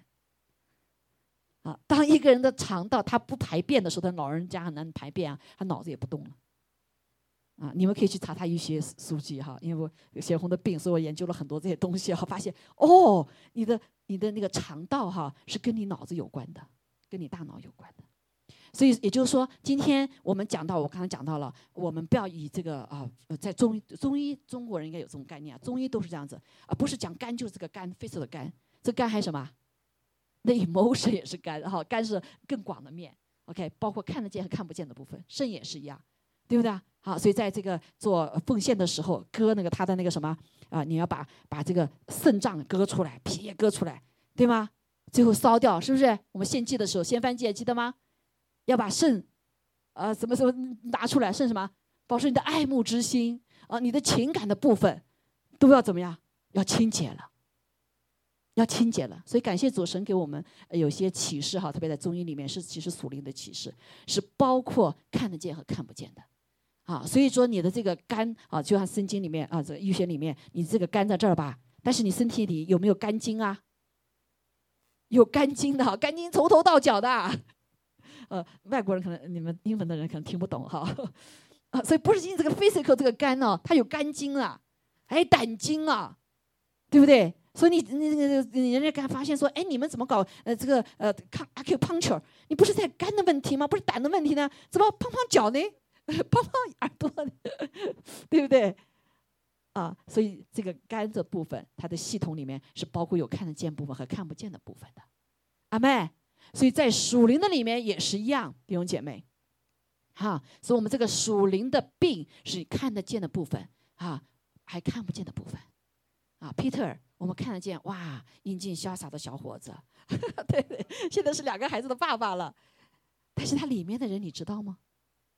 当一个人的肠道他不排便的时候，他老人家很难排便他脑子也不动了。你们可以去查医学书籍因为我血红的病，所以我研究了很多这些东西发现你的那个肠道是跟你脑子有关的，跟你大脑有关的。所以也就是说，今天我们讲到，我刚才讲到了，我们不要以这个在中医，中国人应该有这种概念中医都是这样子不是讲肝就是这个肝，physical的肝，这肝还有什么？那 emotion 也是肝肝是更广的面 ，OK， 包括看得见和看不见的部分，肾也是一样，对不对？好，所以在这个做奉献的时候，割那个他的那个什么你要把这个肾脏割出来，皮也割出来，对吗？最后烧掉，是不是？我们献祭的时候，献燔祭记得吗？要把肾什么拿出来，肾什么？保持你的爱慕之心你的情感的部分都要怎么样？要清洁了。要清洁了，所以感谢主神给我们有些启示特别在中医里面是其实属灵的启示，是包括看得见和看不见的所以说你的这个肝就像圣经里面这个医学里面，你这个肝在这儿吧，但是你身体里有没有肝经啊？有肝经的，肝经从头到脚的外国人可能你们英文的人可能听不懂所以不是因这个 physical 这个肝它有肝经还有胆经对不对？所以你人家刚发现说，你们怎么搞这个acupuncture？ 你不是在肝的问题吗？不是胆的问题呢？怎么碰脚呢？碰耳朵呢？对不对？所以这个肝这部分，它的系统里面是包括有看得见部分和看不见的部分的。阿妹，所以在属灵的里面也是一样，弟兄姐妹。所以我们这个属灵的病是看得见的部分还看不见的部分Peter。我们看得见，哇，英俊潇洒的小伙子，对，现在是2个孩子的爸爸了。但是他里面的人，你知道吗？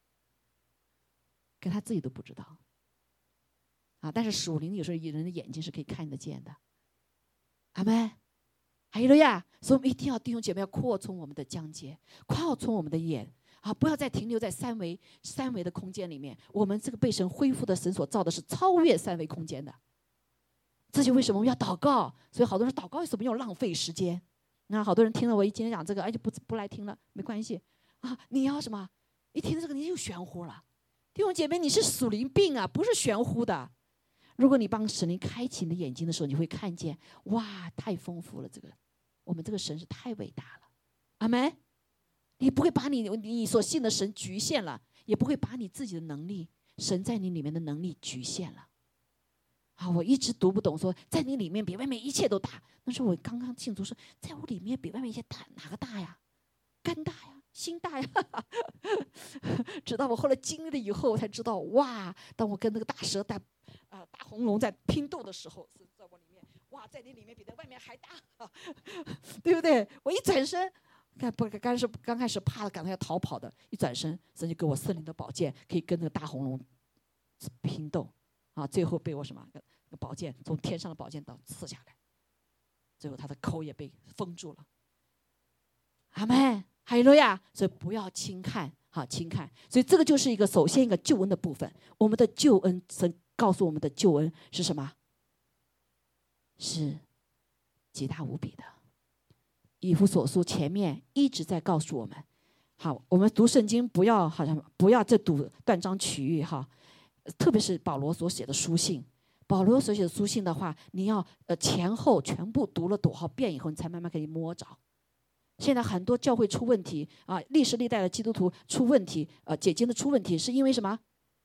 跟他自己都不知道。但是属灵有时候人的眼睛是可以看得见的。阿们，哈利路亚！所以我们一定要弟兄姐妹要扩充我们的疆界，扩充我们的眼不要再停留在三维的空间里面。我们这个被神恢复的神所造的是超越3维空间的。这就为什么我们要祷告。所以好多人祷告为什么要浪费时间？好多人听了我今天讲这个，就不来听了，没关系你要什么？一听这个你就玄乎了。弟兄姐妹，你是属灵病不是玄乎的。如果你帮神灵开启你的眼睛的时候，你会看见，哇，太丰富了。我们这个神是太伟大了。阿们。你不会把你所信的神局限了，也不会把你自己的能力，神在你里面的能力局限了。我一直读不懂，说在你里面比外面一切都大。那时候我刚刚信主说，在我里面比外面一切大，哪个大呀？肝大呀，心大呀。直到我后来经历了以后，我才知道，哇！当我跟那个大蛇大红龙在拼斗的时候，是在我里面，哇，在你里面比在外面还大，对不对？我一转身，刚开始怕的，赶快要逃跑的，一转身，神就给我圣灵的宝剑，可以跟那个大红龙拼斗。最后被我什么？那个宝剑从天上的宝剑刀刺下来，最后他的口也被封住了。阿们，哈利路亚！所以不要轻看，轻看。所以这个就是首先一个救恩的部分。我们的救恩，神告诉我们的救恩是什么？是极大无比的。以弗所书前面一直在告诉我们，我们读圣经不要再读断章取义特别是保罗所写的书信，保罗所写的书信的话，你要前后全部读了多少遍以后，你才慢慢可以摸着。现在很多教会出问题历史历代的基督徒出问题解经的出问题，是因为什么？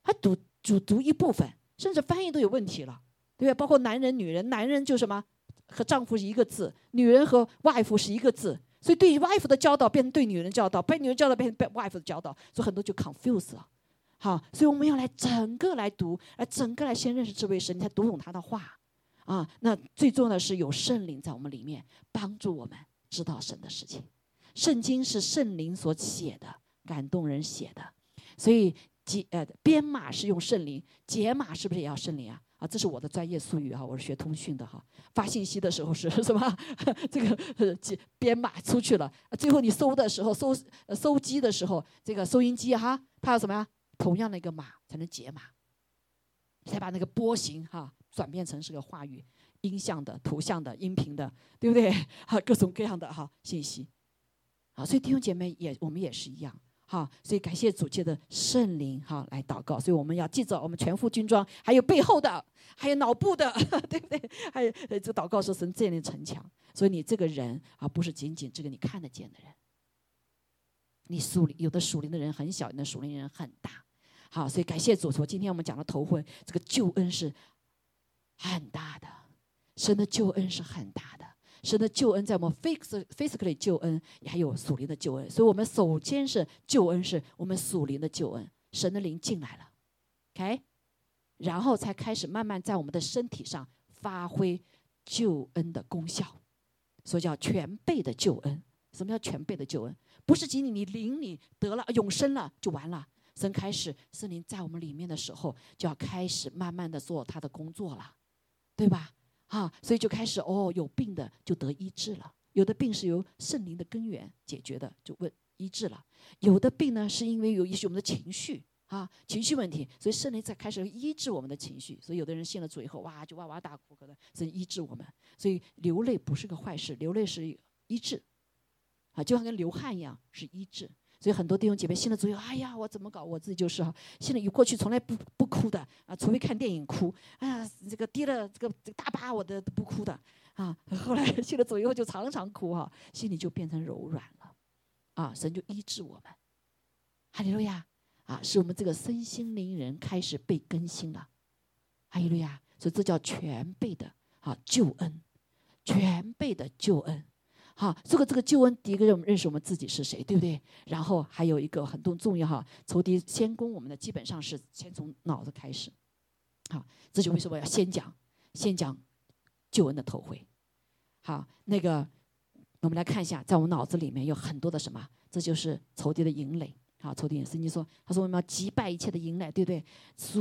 他只读一部分，甚至翻译都有问题了，对不对？包括男人、女人，男人就什么和丈夫是一个字，女人和外父是一个字，所以对外父的教导变成对女人教导，被女人教导变成外父的教导，所以很多就 confuse 了。好，所以我们要来整个来读，整个来先认识这位神，你才读懂他的话啊。那最重要的是有圣灵在我们里面帮助我们知道神的事情。圣经是圣灵所写的，感动人写的，所以编码是用圣灵，解码是不是也要圣灵啊？这是我的专业术语哈，我是学通讯的哈。发信息的时候是什么？这个编码出去了，最后你收的时候收机的时候，这个收音机哈，它有什么呀？同样的一个码才能解码，才把那个波形哈转变成是个话语、音像的、图像的、音频的，对不对？各种各样的哈信息。所以弟兄姐妹我们也是一样。所以感谢主借着圣灵来祷告，所以我们要记着我们全副军装，还有背后的，还有脑部的，对不对？还有这祷告是神建立城墙，所以你这个人不是仅仅这个你看得见的人，你有的属灵的人很小，有的属灵人很大。所以感谢主说，今天我们讲的头婚，这个救恩是很大的，神的救恩是很大的。神的救恩在我们 physically 救恩，也还有属灵的救恩。所以我们首先是救恩，是我们属灵的救恩，神的灵进来了 ，OK， 然后才开始慢慢在我们的身体上发挥救恩的功效，所以叫全备的救恩。什么叫全备的救恩？不是仅仅你灵你得了永生了就完了，神开始圣灵在我们里面的时候，就要开始慢慢的做他的工作了，对吧？所以就开始有病的就得医治了，有的病是由圣灵的根源解决的，就医治了。有的病呢，是因为有一些我们的情绪情绪问题，所以圣灵才开始医治我们的情绪。所以有的人信了主以后，哇就哇哇大哭，可能神医治我们。所以流泪不是个坏事，流泪是医治就像跟流汗一样是医治。所以很多弟兄姐妹信了主以后，哎呀，我怎么搞？我自己就是信了，过去从来不哭的除非看电影哭。这个跌了这个大疤我的不哭的后来信了主以后就常常哭心里就变成柔软了神就医治我们。哈利路亚是我们这个身心灵人开始被更新了。哈利路亚！所以这叫全备的救恩，全备的救恩。这个救恩，第一个认识我们自己是谁，对不对？然后还有一个很重要仇敌先攻我们的，基本上是先从脑子开始。这就为什么要先讲救恩的头回。那个我们来看一下，在我们脑子里面有很多的什么，这就是仇敌的营垒。仇敌圣经说，他说我们要击败一切的营垒，对不对？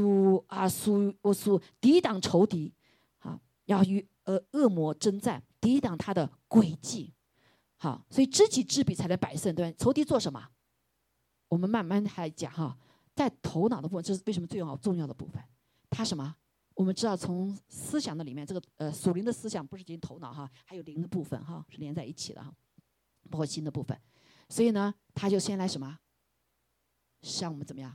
抵挡仇敌要与恶魔征战，抵挡他的诡计。所以知己知彼才能百胜，对吧？仇敌做什么？我们慢慢还讲在头脑的部分，这是为什么最重要的部分。他什么？我们知道从思想的里面，这个属灵的思想不是仅头脑还有灵的部分是连在一起的包括心的部分。所以呢，他就先来什么？像我们怎么样？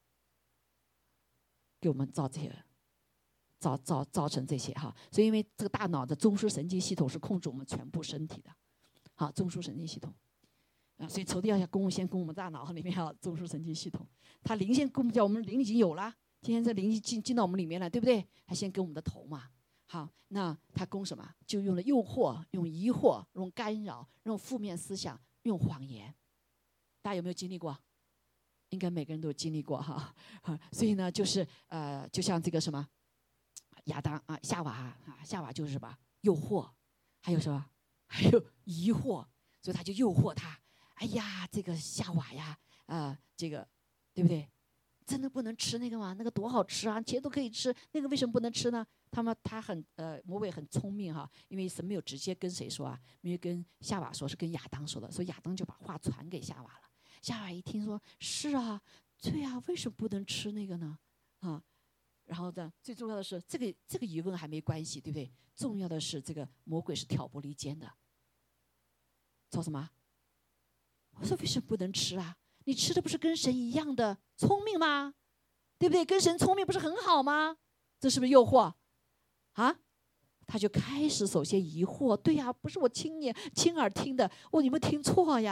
给我们造这些，造成这些所以因为这个大脑的中枢神经系统是控制我们全部身体的。中枢神经系统所以仇敌要先攻我们大脑里面中枢神经系统。他灵先攻掉，我们灵已经有了，今天这灵进到我们里面了，对不对？他先跟我们的头嘛。那他攻什么？就用了诱惑，用疑惑，用干扰，用负面思想，用谎言。大家有没有经历过？应该每个人都有经历过所以呢，就是就像这个什么亚当夏娃夏娃就是什么诱惑，还有什么？还有疑惑，所以他就诱惑他。哎呀，这个夏娃呀，这个对不对？真的不能吃那个吗？那个多好吃啊，茄都可以吃，那个为什么不能吃呢？他很魔鬼很聪明因为神没有直接跟谁说没有跟夏娃说，是跟亚当说的，所以亚当就把话传给夏娃了。夏娃一听说是对为什么不能吃那个呢？然后呢，最重要的是这个疑问还没关系，对不对？重要的是这个魔鬼是挑拨离间的。做什么？我说为什么不能吃你吃的不是跟神一样的聪明吗？对不对？跟神聪明不是很好吗？这是不是诱惑他就开始首先疑惑，对不是我亲耳听的，你们听错呀，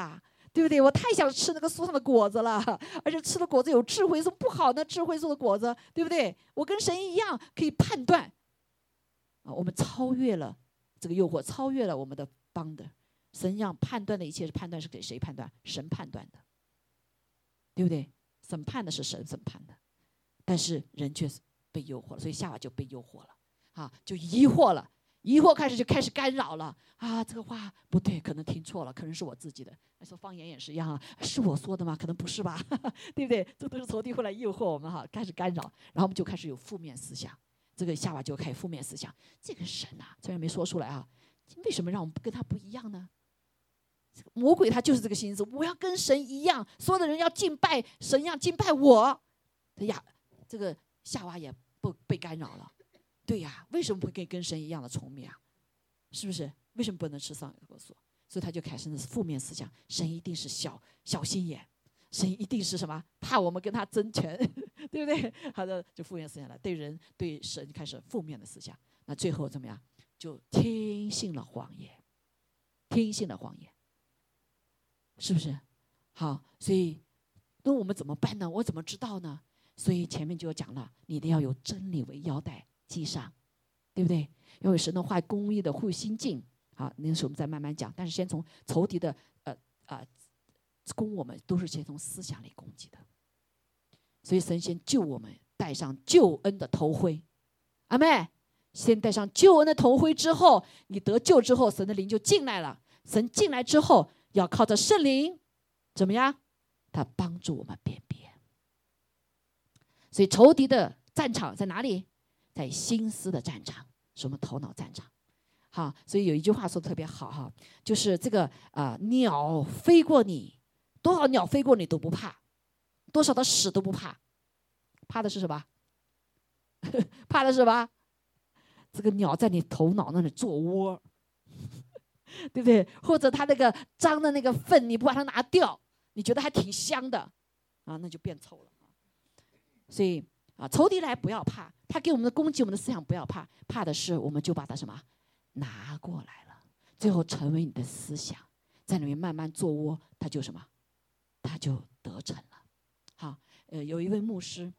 对不对？我太想吃那个树上的果子了，而且吃了果子有智慧，怎么不好呢？智慧树的果子，对不对？我跟神一样可以判断我们超越了这个诱惑，超越了我们的帮的。神让判断的一切是判断是给谁判断？神判断的，对不对？审判的是神审判的，但是人却被诱惑了，所以夏娃就被诱惑了就疑惑了。疑惑就开始干扰了这个话不对，可能听错了，可能是我自己的。说方言也是一样是我说的吗？可能不是吧，对不对？这都是仇敌会来诱惑我们开始干扰，然后我们就开始有负面思想。这个夏娃就开始负面思想，这个神虽然没说出来为什么让我们跟他不一样呢？魔鬼他就是这个心思，我要跟神一样，所有的人要敬拜神一样敬拜我。这个夏娃也不被干扰了。对呀，为什么不可以跟神一样的聪明是不是？为什么不能吃上一个果树？所以他就开始负面思想，神一定是小心眼，神一定是什么？怕我们跟他争权，对不对？好的，就负面思想了，对人对神开始负面的思想。那最后怎么样？就听信了谎言，听信了谎言，是不是？好，所以那我们怎么办呢？我怎么知道呢？所以前面就讲了，你一定要有真理为腰带系上，对不对？要有神的话公义的护心镜。好，那时候我们再慢慢讲。但是先从仇敌的攻我们，都是先从思想里攻击的。所以神先救我们，戴上救恩的头盔。阿妹，先戴上救恩的头盔之后，你得救之后，神的灵就进来了。神进来之后，要靠着圣灵怎么样？他帮助我们辨别。所以仇敌的战场在哪里？在心思的战场，是我们头脑战场。好，所以有一句话说的特别好就是这个鸟飞过你，多少鸟飞过你都不怕，多少的屎都不怕，怕的是什么？怕的是什么？这个鸟在你头脑那里做窝，对不对？或者它那个脏的那个粪，你不把它拿掉，你觉得还挺香的那就变臭了。所以仇敌来不要怕，他给我们的攻击，我们的思想不要怕，怕的是我们就把它什么拿过来了，最后成为你的思想，在里面慢慢做窝，他就什么，他就得逞了。好，有一位牧师，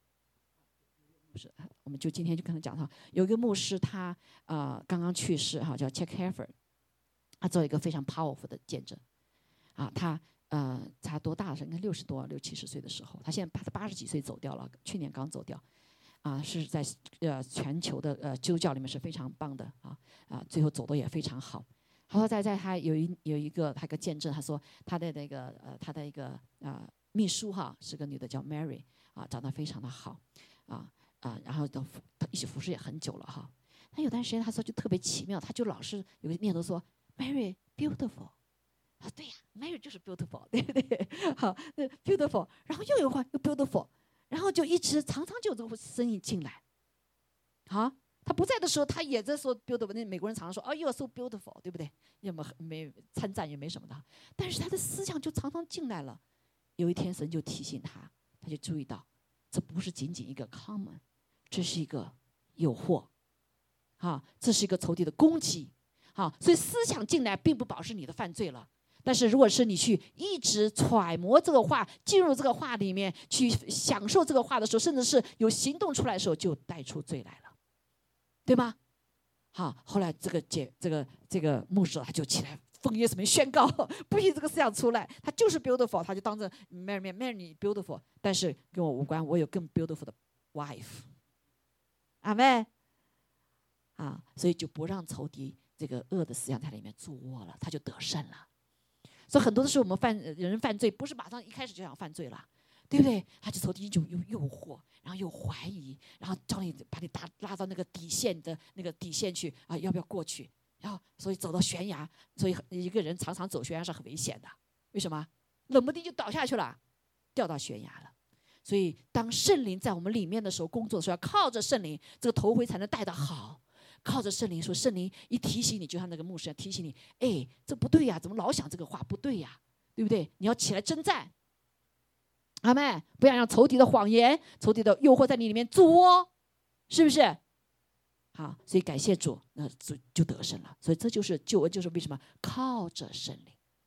我们就今天就跟他讲有一个牧师他刚刚去世叫 Chuck Hayford， 他做一个非常 powerful 的见证他多大了？应该60多、60、70岁的时候，他现在80几岁走掉了，去年刚走掉，是在全球的基督教里面是非常棒的最后走的也非常好。他说在他有一个见证，他说他的那个他的一个秘书是个女的叫 Mary 长得非常的好然后一起服侍也很久了他有段时间他说就特别奇妙，他就老是有个念头说 Mary beautiful。对呀，Mary 就是 beautiful， 对不对？好，beautiful， 然后又有话又 beautiful， 然后就一直常常就有这个声音进来。他不在的时候，他也在说 beautiful。那美国人常常说，you are so beautiful， 对不对？要么没称赞也没什么的，但是他的思想就常常进来了。有一天神就提醒他，他就注意到，这不是仅仅一个 common， 这是一个诱惑，这是一个仇敌的攻击。所以思想进来并不表示你的犯罪了。但是如果是你去一直揣摩这个话，进入这个话里面去享受这个话的时候，甚至是有行动出来的时候，就带出罪来了，对吗？后来这个牧师他就起来奉耶稣名宣告，不许这个思想出来，他就是 beautiful， 他就当着 Mary 你 beautiful， 但是跟我无关，我有更 beautiful 的 wife， 阿们所以就不让仇敌这个恶的思想在里面作窝了，他就得胜了。所以很多的时候我们人犯罪不是马上一开始就想犯罪了，对不对？他就仇敌就有诱惑，然后有怀疑，然后叫你把你拉到那个底线的那个底线去要不要过去？然后所以走到悬崖，所以一个人常常走悬崖是很危险的。为什么？冷不丁就倒下去了，掉到悬崖了。所以当圣灵在我们里面的时候，工作的时候要靠着圣灵，这个头盔才能戴得好。靠着圣灵说，圣灵一提醒你，就像那个牧师提醒你，这不对呀，怎么老想这个话不对呀，对不对？你要起来征战，阿们，不要让仇敌的谎言、仇敌的诱惑在你里面作窝，是不是？好，所以感谢主，那就得胜了。所以这就是救恩，就是为什么靠着圣灵。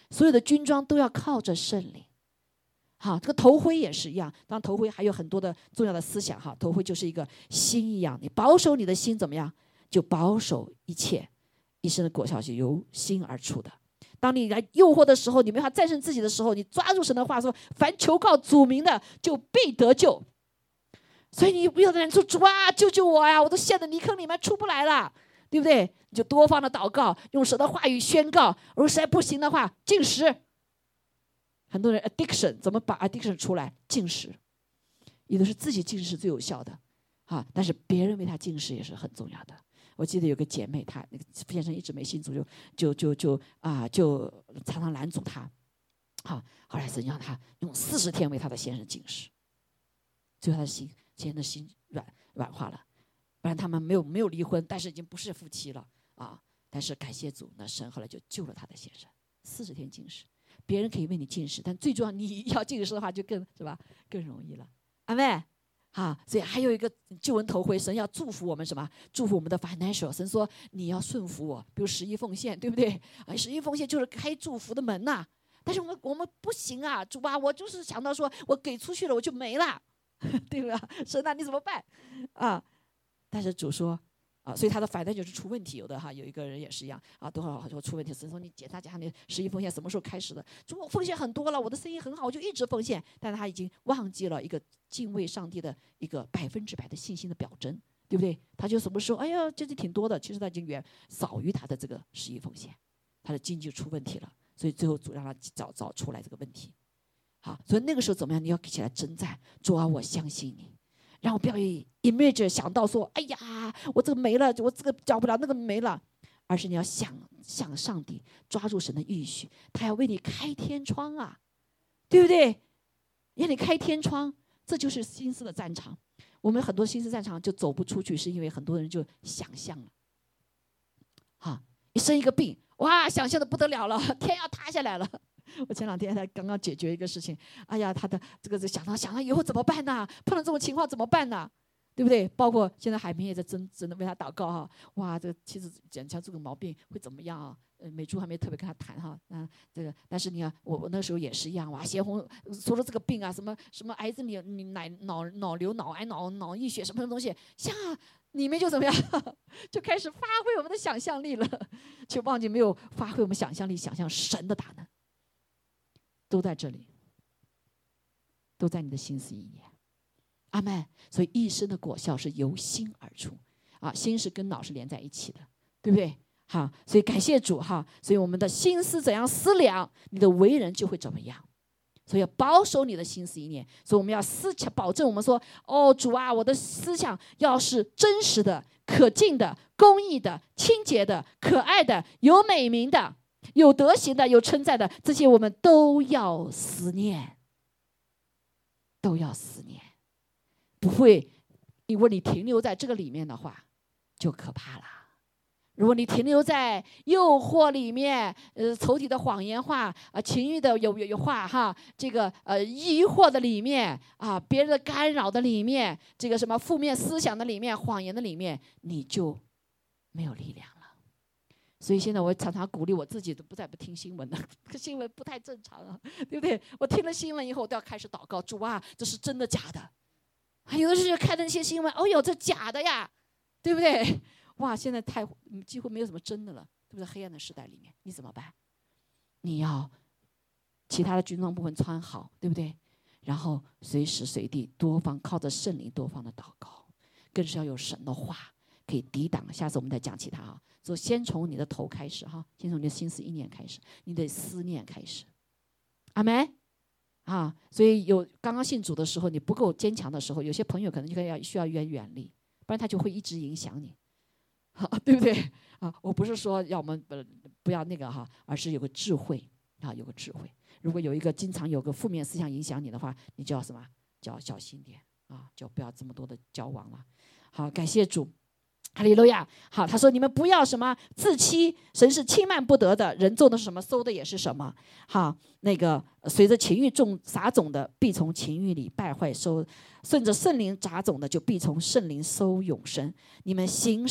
所有的军装都要靠着圣灵。好，这个头盔也是一样，当然头盔还有很多的重要的思想哈。头盔就是一个心一样，你保守你的心怎么样，就保守一切。一生的果效是由心而出的。当你来诱惑的时候，你没法战胜自己的时候，你抓住神的话说：凡求告主名的，就必得救。所以你不要在那说：主啊，救救我呀！我都陷在泥坑里面出不来了，对不对？你就多方的祷告，用神的话语宣告。如果实在不行的话，禁食。很多人 addiction 怎么把 addiction 出来？禁食，有的是自己禁食最有效的啊，但是别人为他禁食也是很重要的。我记得有个姐妹，她那个先生一直没信主，就常常拦阻她。好，后来神让她用40天为她的先生禁食，最后她的先生的心软化了，不然他们没有离婚，但是已经不是夫妻了啊。但是感谢主，那神后来就救了她的先生。40天禁食。别人可以为你禁食，但最重要，你要禁食的话，就更容易了。阿们，好，所以还有一个救恩头盔，神要祝福我们什么？祝福我们的 financial。神说你要顺服我，比如11奉献，对不对？11奉献就是开祝福的门呐。但是我们不行啊，主啊，我就是想到说我给出去了，我就没了，对吧？神啊，你怎么办啊？但是主说。所以他的反正就是出问题，有一个人也是一样啊，多少就出问题。神说你检查你11奉献什么时候开始的？主，我奉献很多了，我的生意很好，我就一直奉献。但是他已经忘记了一个敬畏上帝的一个100%的信心的表征，对不对？他就什么时候，哎呀，这就挺多的，其实他已经远少于他的这个11奉献，他的经济出问题了。所以最后主让他找出来这个问题。好，所以那个时候怎么样？你要起来征战，主啊，我相信你。然后不要image 想到说，哎呀，我这个没了，我这个交不了，那个没了，而是你要想上帝，抓住神的预许，他要为你开天窗啊，对不对？让你开天窗，这就是心思的战场。我们很多心思战场就走不出去，是因为很多人就想象了。好，你生一个病，哇，想象的不得了了，天要塌下来了。我前2天才刚刚解决一个事情，哎呀，他的这个想到以后怎么办呢？碰到这种情况怎么办呢？对不对？包括现在海明也在真的为他祷告哈。哇，这个妻子检查这个毛病会怎么样啊？美珠还没特别跟他谈哈。这个，但是你看我那时候也是一样哇。贤红说了这个病啊，什么癌症你脑瘤、脑癌、脑溢血什么东西，像里面就怎么样，就开始发挥我们的想象力了，却忘记没有发挥我们想象力，想象神的大能。都在这里，都在你的心思意念，阿们。所以一生的果效是由心而出啊，心是跟脑是连在一起的，对不对？好，所以感谢主哈。所以我们的心思怎样思量，你的为人就会怎么样。所以要保守你的心思意念。所以我们要保证我们说，哦，主啊，我的思想要是真实的、可敬的、公义的、清洁的、可爱的、有美名的。有德行的，有称赞的，这些我们都要思念，都要思念。不会，如果你停留在这个里面的话，就可怕了。如果你停留在诱惑里面，仇敌的谎言话情欲的有话哈，这个疑惑的里面啊，别人的干扰的里面，这个什么负面思想的里面，谎言的里面，你就没有力量了。所以现在我常常鼓励我自己，都不听新闻了，新闻不太正常啊，对不对？我听了新闻以后，我都要开始祷告，主啊，这是真的假的？有的时候看那些新闻，哦哟，这假的呀，对不对？哇，现在几乎没有什么真的了，对不对？黑暗的时代里面，你怎么办？你要其他的军装部分穿好，对不对？然后随时随地多方靠着圣灵多方的祷告，更是要有神的话可以抵挡。下次我们再讲其他啊。所以先从你的头开始哈，先从你的心思意念开始，你的思念开始，阿们啊。所以刚刚信主的时候，你不够坚强的时候，有些朋友可能就需要远离，不然他就会一直影响你，对不对啊？我不是说要我们不要那个哈，而是有个智慧啊，有个智慧。如果有一个经常有个负面思想影响你的话，你就要什么？就要小心点啊，就不要这么多的交往了。好，感谢主。哈利路亚。好，他说你们不要什么自欺，神是轻慢不得的，人种的是什么，收的也是什么。好，那个随着情欲撒种的，必从情欲里败坏收；顺着圣灵撒种的，就必从圣灵收永生。你们行善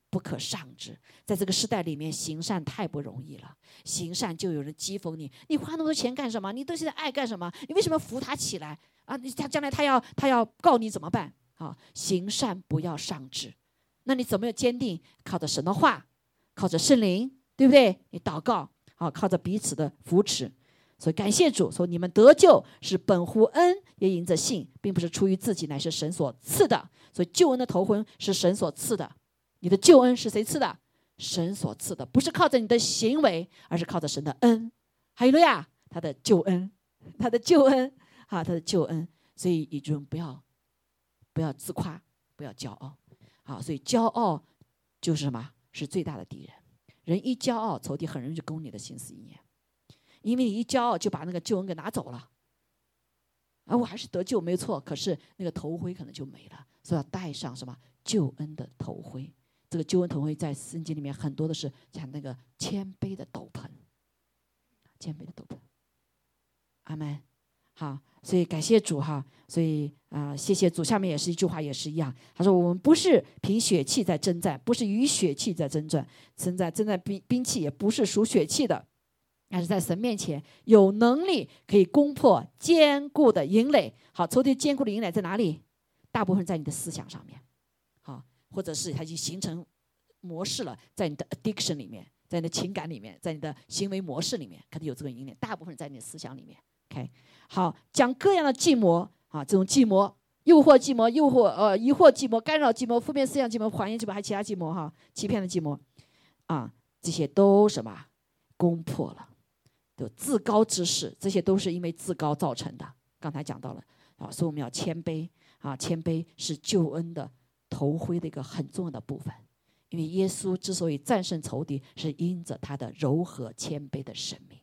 不可上之。在这个时代里面，行善太不容易了，行善就有人讥讽你，你花那么多钱干什么？你对现在爱干什么？你为什么扶他起来啊？他将来他要告你怎么办？行善不要上之。那你怎么坚定？靠着神的话，靠着圣灵，对不对？你祷告，靠着彼此的扶持。所以感谢主，说你们得救是本乎恩，也因着信，并不是出于自己，乃是神所赐的。所以救恩的头婚是神所赐的。你的救恩是谁赐的？神所赐的，不是靠着你的行为，而是靠着神的恩。哈利路亚，他的救恩，他的救恩，他的救恩。所以以主不要自夸，不要骄傲。所以骄傲就是什么？是最大的敌人。人一骄傲，仇敌很容易就攻你的心思意念。因为你一骄傲，就把那个救恩给拿走了。我还是得救没错，可是那个头盔可能就没了。所以要戴上什么？救恩的头盔。这个救恩头盔在圣经里面很多的是像那个谦卑的斗篷，谦卑的斗篷。阿们。好，所以感谢主哈，所以谢谢主。下面也是一句话，也是一样。他说：“我们不是凭血气在征战，不是与血气在征战，征战兵器也不是属血气的，但是在神面前有能力可以攻破坚固的营垒。”好，仇敌坚固的营垒在哪里？大部分在你的思想上面，或者是它已经形成模式了，在你的 addiction 里面，在你的情感里面，在你的行为模式里面，可能有这个营垒，大部分在你的思想里面。OK， 好，讲各样的计谋这种计谋，诱惑计谋、疑惑计谋、干扰计谋、负面思想计谋、谎言计谋，还有其他计谋欺骗的计谋这些都什么攻破了？都自高之事，这些都是因为自高造成的。刚才讲到了所以我们要谦卑谦卑是救恩的头盔的一个很重要的部分。因为耶稣之所以战胜仇敌，是因着他的柔和谦卑的生命。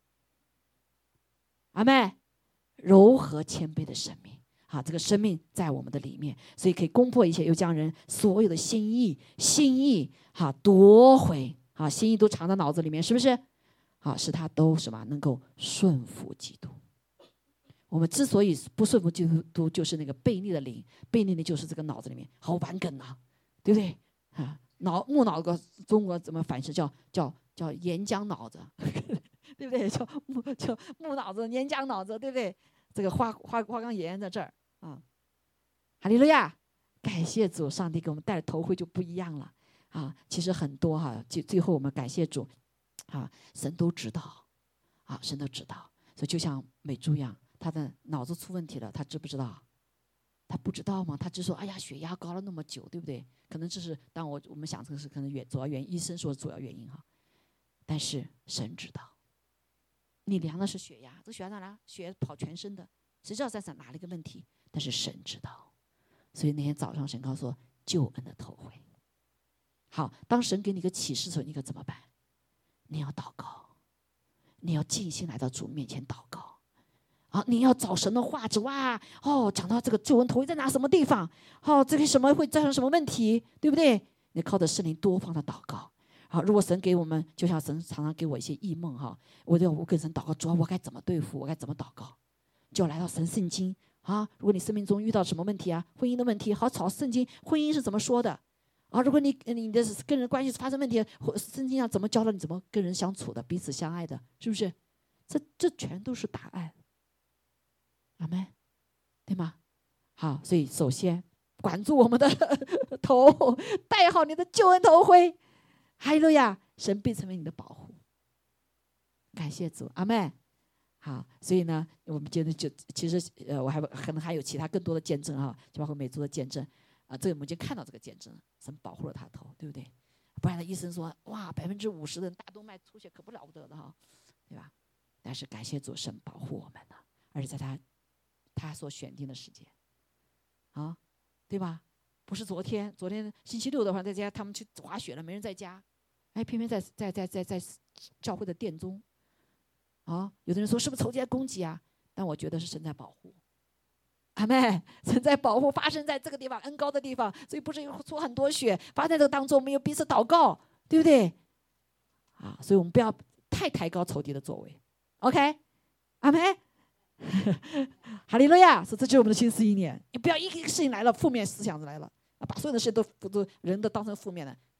阿们，柔和谦卑的生命这个生命在我们的里面，所以可以攻破一切，又将人所有的心意夺回心意都藏在脑子里面，是不是使他都什么能够顺服基督。我们之所以不顺服基督，就是那个悖逆的灵，悖逆的就是这个脑子里面好顽梗对不对木脑个中国怎么反式叫岩浆脑子对不对？叫木脑子、岩浆脑子，对不对？这个花岗岩在这儿哈利路亚，感谢主，上帝给我们戴的头盔就不一样了其实很多最后我们感谢主神都知道神都知道。所以就像美珠一样，她的脑子出问题了，她知不知道？她不知道吗？她只说哎呀血压高了那么久，对不对？可能这是我们想这个是可能主要原因，医生说主要原因但是神知道。你量的是血压，这血压在哪？血跑全身的，谁知道在哪了一个问题？但是神知道。所以那天早上神告诉我，救恩的头盔。好，当神给你一个启示的时候，你可怎么办？你要祷告，你要静心来到主面前祷告你要找神的话主讲到这个救恩头盔在哪什么地方这个什么会造成什么问题，对不对？你靠着圣灵多方的祷告如果神给我们，就像神常常给我一些异梦我跟神祷告，主我该怎么对付，我该怎么祷告，就要来到神圣经如果你生命中遇到什么问题婚姻的问题，好找圣经婚姻是怎么说的如果你的跟人关系发生问题，圣经上怎么教了你怎么跟人相处的，彼此相爱的，是不是？这全都是答案。阿们，对吗？好，所以首先管住我们的头，戴好你的救恩头盔。哈利路亚，神必成为你的保护。感谢主，阿们。好，所以呢，我们觉得其实我可能还有其他更多的见证就包括美珠的见证这个我们已经看到这个见证，神保护了他的头，对不对？不然医生说哇50%的人大动脉出血可不了得的对吧？但是感谢主，神保护我们呢，而且在他所选定的时间对吧？不是昨天星期六的话在家他们去滑雪了，没人在家，偏偏在教会的殿中有的人说是不是仇敌在攻击但我觉得是神在保护。阿们，神在保护，发生在这个地方恩高的地方，所以不是出很多血，发生在这个当中，我们有彼此祷告，对不对所以我们不要太抬高仇敌的作为。 OK， 阿们哈利路亚。所以这就是我们的心思意念，你不要一个事情来了，负面思想来了把所有的事都人都当成负面的，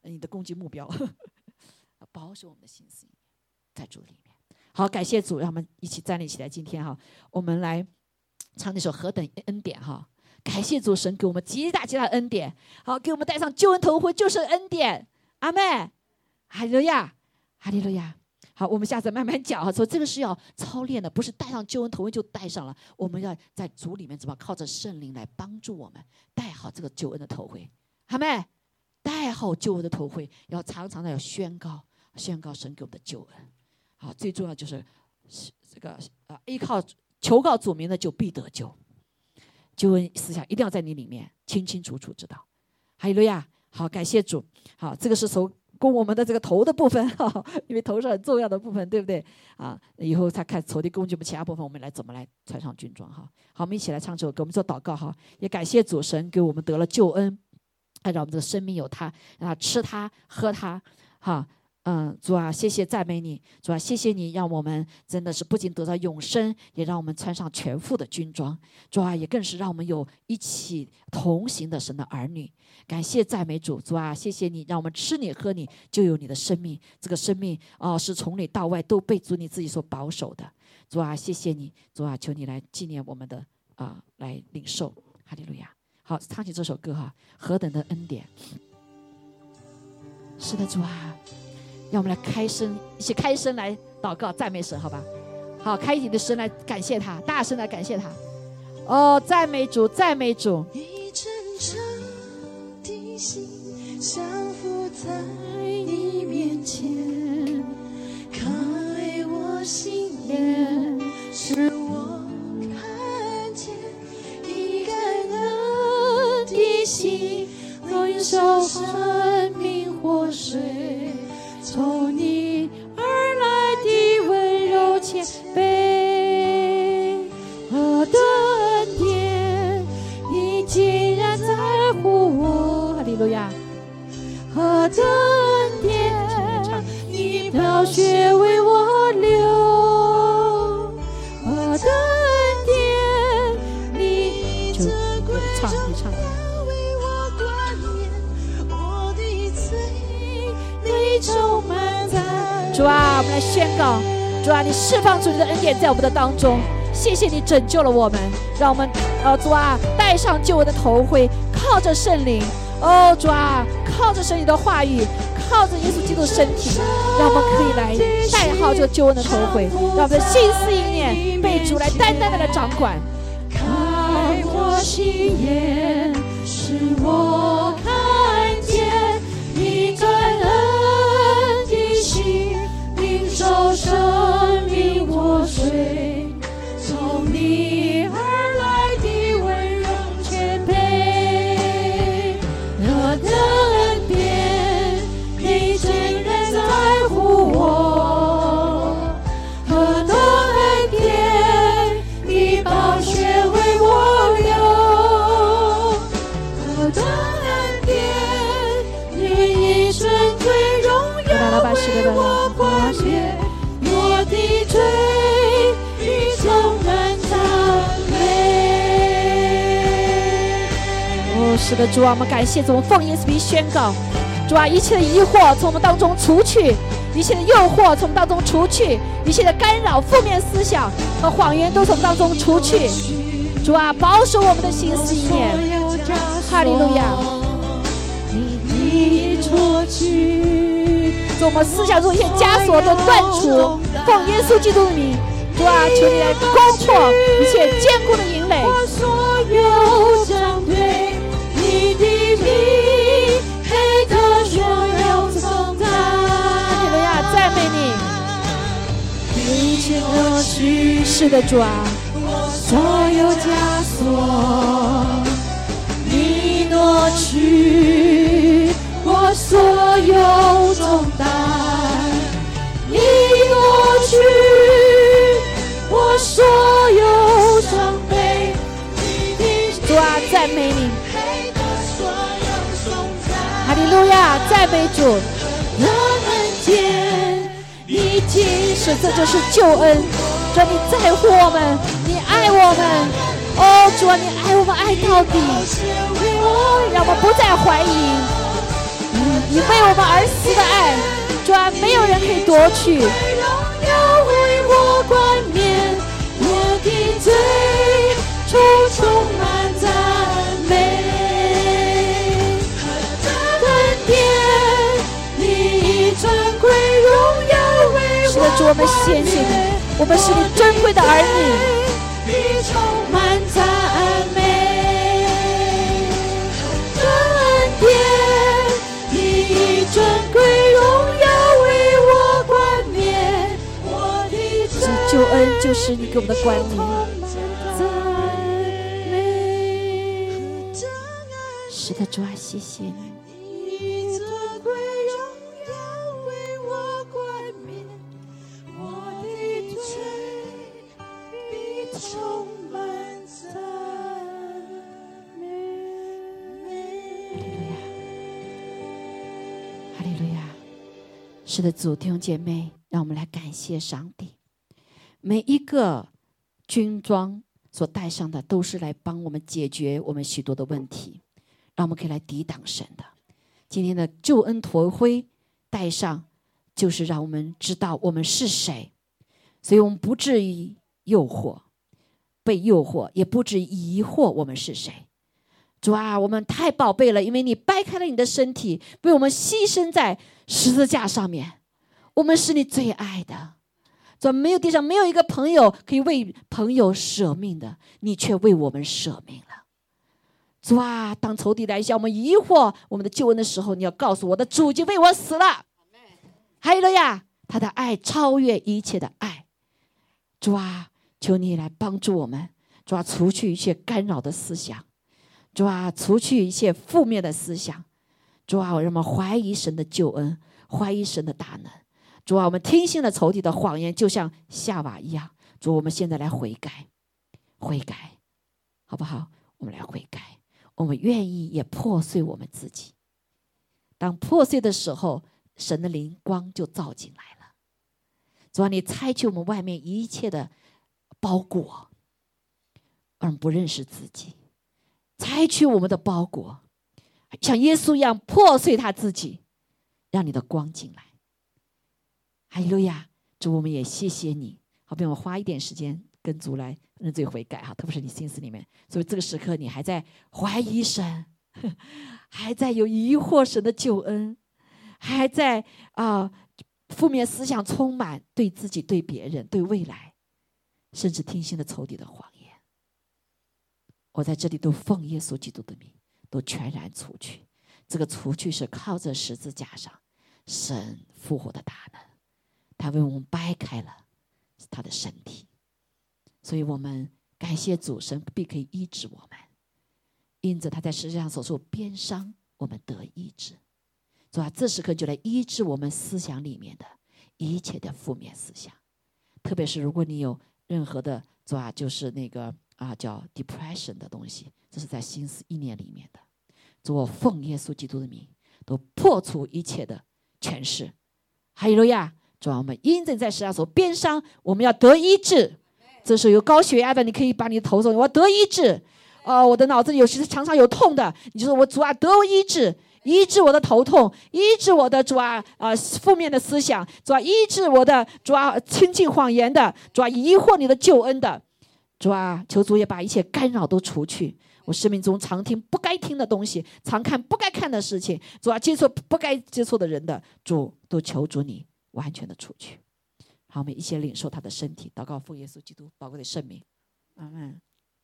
你的攻击目标，保守我们的心思在主里面。好，感谢主，让我们一起站立起来。今天哈，我们来唱那首何等恩典哈。感谢主，神给我们极大极大的恩典，好，给我们戴上救恩头盔，就是恩典。阿们，哈利路亚，哈利路亚。好，我们下次慢慢讲哈，说这个是要操练的，不是戴上救恩头盔就戴上了，我们要在主里面怎么靠着圣灵来帮助我们戴好这个救恩的头盔。阿们，戴好救恩的头盔，要常常的要宣告神给我们的救恩。好，最重要就是这个依靠求告主名的就必得救。救恩思想一定要在你里面清清楚楚知道。哈利路亚。好，感谢主。好，这个是供我们的这个头的部分，因为头是很重要的部分，对不对啊？以后才看仇敌攻击我们其他部分，我们来怎么来穿上军装哈。好，我们一起来唱这首歌，我们做祷告哈。也感谢主神给我们得了救恩，让我们的生命有他，让他吃他喝他哈。主啊，谢谢赞美你，主啊，谢谢你让我们真的是不仅得到永生，也让我们穿上全副的军装。主啊，也更是让我们有一起同行的神的儿女。感谢赞美主，主啊，谢谢你让我们吃你喝你就有你的生命，这个生命是从里到外都被主你自己所保守的。主啊，谢谢你，主啊，求你来纪念我们的来领受。哈利路亚。好，唱起这首歌哈，何等的恩典。是的，主啊，让我们来开声，一起开声来祷告赞美神，好吧？好，开你的声来感谢他，大声来感谢他。赞美主，赞美主。 一阵阵的心降服在你面前，开我心眼，使我看见一感恩的心，领受生命活水。从你而来的温柔谦卑，何等恩典，你竟然在乎我。 哈利路亚。 何等恩典，你宝血为我流。何等恩典，你珍贵荣耀为我冠冕，我的罪泪充满在。 主啊，我们来宣告，主啊，你释放出你的恩典在我们的当中。谢谢你拯救了我们，让我们主啊戴上救恩的头盔，靠着圣灵。主啊，靠着神你的话语，靠着耶稣基督身体，让我们可以来戴好这个救恩的头盔，让我们的心思意念被主来单单的来掌管。 开我心眼，使我看见你感恩的心，领受生命活水，从你而来的温柔谦卑。何等恩典，你竟然在乎我。何等恩典，你宝血为我流。何等恩典，你以尊贵荣耀为我冠冕，我的罪你充满赞美。 是的，主啊，我们感谢主，我们奉耶稣名宣告，主啊，一切的疑惑从我们当中除去，一切的诱惑从我们当中除去，一切的干扰、负面思想和谎言都从当中除去。主啊，保守我们的心思意念。哈利路亚。 你脱去， 主，我们思想中一切枷锁都断除，奉耶稣基督的名。主啊，求你来攻破一切坚固的营垒。 我所有将对你的名，黑的所有重担。 哈利路亚，赞美你。 一切过去， 是的，主啊， 我所有枷锁你挪去，我所有重担你挪去，我所有伤悲。 主啊，赞美你。哈利路亚，赞美主。 人们见你尽是，这就是救恩。主啊，你在乎我们，你爱我们。主啊，你爱我们爱到底，让我们不再怀疑。 你为我们而死的爱，主啊，没有人可以夺去。 荣耀为我冠冕，我的罪处充满赞美。恩典，你以尊贵荣耀为我冠冕。 是的，主，我们谢谢你，我们是你尊贵的儿女。 你充满赞美，恩典，你以尊贵荣耀为我冠冕，我的罪救恩就是你给我们的冠冕。是的，主啊，谢谢你。 以尊贵荣耀为我冠冕，我的罪充满赞美。 哈利路亚！是的，主，弟兄姐妹，让我们来感谢上帝。每一个军装所带上的，都是来帮我们解决我们许多的问题，让我们可以来抵挡神的。今天的救恩头盔戴上，就是让我们知道我们是谁，所以我们不至于被诱惑，也不至于疑惑我们是谁。主啊，我们太宝贝了，因为你掰开了你的身体，为我们牺牲在十字架上面，我们是你最爱的。主啊，地上没有一个朋友可以为朋友舍命的，你却为我们舍命了。主啊，当仇敌来向我们疑惑我们的救恩的时候，你要告诉我的主已经为我死了。哈利路亚！他的爱超越一切的爱。主啊，求你来帮助我们，主啊，除去一切干扰的思想，主啊，除去一切负面的思想，主啊，让我们怀疑神的救恩，怀疑神的大能。主啊，我们听信了仇敌的谎言，就像夏娃一样。主，我们现在来悔改，好不好？我们来悔改，我们愿意也破碎我们自己。当破碎的时候，神的灵光就照进来了。主啊，你拆去我们外面一切的包裹，而不认识自己，拆去我们的包裹，像耶稣一样破碎他自己，让你的光进来。哈利路亚！主，我们也谢谢你，好比我们花一点时间跟主来认罪悔改哈，特别是你心思里面，所以这个时刻你还在怀疑神，还在有疑惑神的救恩，还在负面思想充满，对自己、对别人、对未来，甚至听信了仇敌的谎言。我在这里都奉耶稣基督的名，都全然除去。这个除去是靠着十字架上神复活的大能，他为我们掰开了他的身体，所以我们感谢主，神必可以医治我们。因着他在十字架上所受鞭伤，我们得医治。主啊，这时刻就来医治我们思想里面的一切的负面思想，特别是如果你有任何的主啊，就是那个叫 depression 的东西，这是在心思意念里面的。主，我奉耶稣基督的名，都破除一切的权势。哈利路亚！主啊，我们因着在十字架所鞭伤，我们要得医治。这时候有高血压的，你可以把你的头说：“我要得医治。”我的脑子有时常常有痛的，你就说：“我主啊，得医治。”医治我的头痛，医治我的主啊负面的思想，主啊医治我的主啊亲近谎言的，主啊疑惑你的救恩的，主啊求主也把一切干扰都除去。我生命中常听不该听的东西，常看不该看的事情，主啊接触不该接触的人的，主都求主你完全的除去。好，我们一起领受他的身体，祷告奉耶稣基督宝贵的圣名，阿们。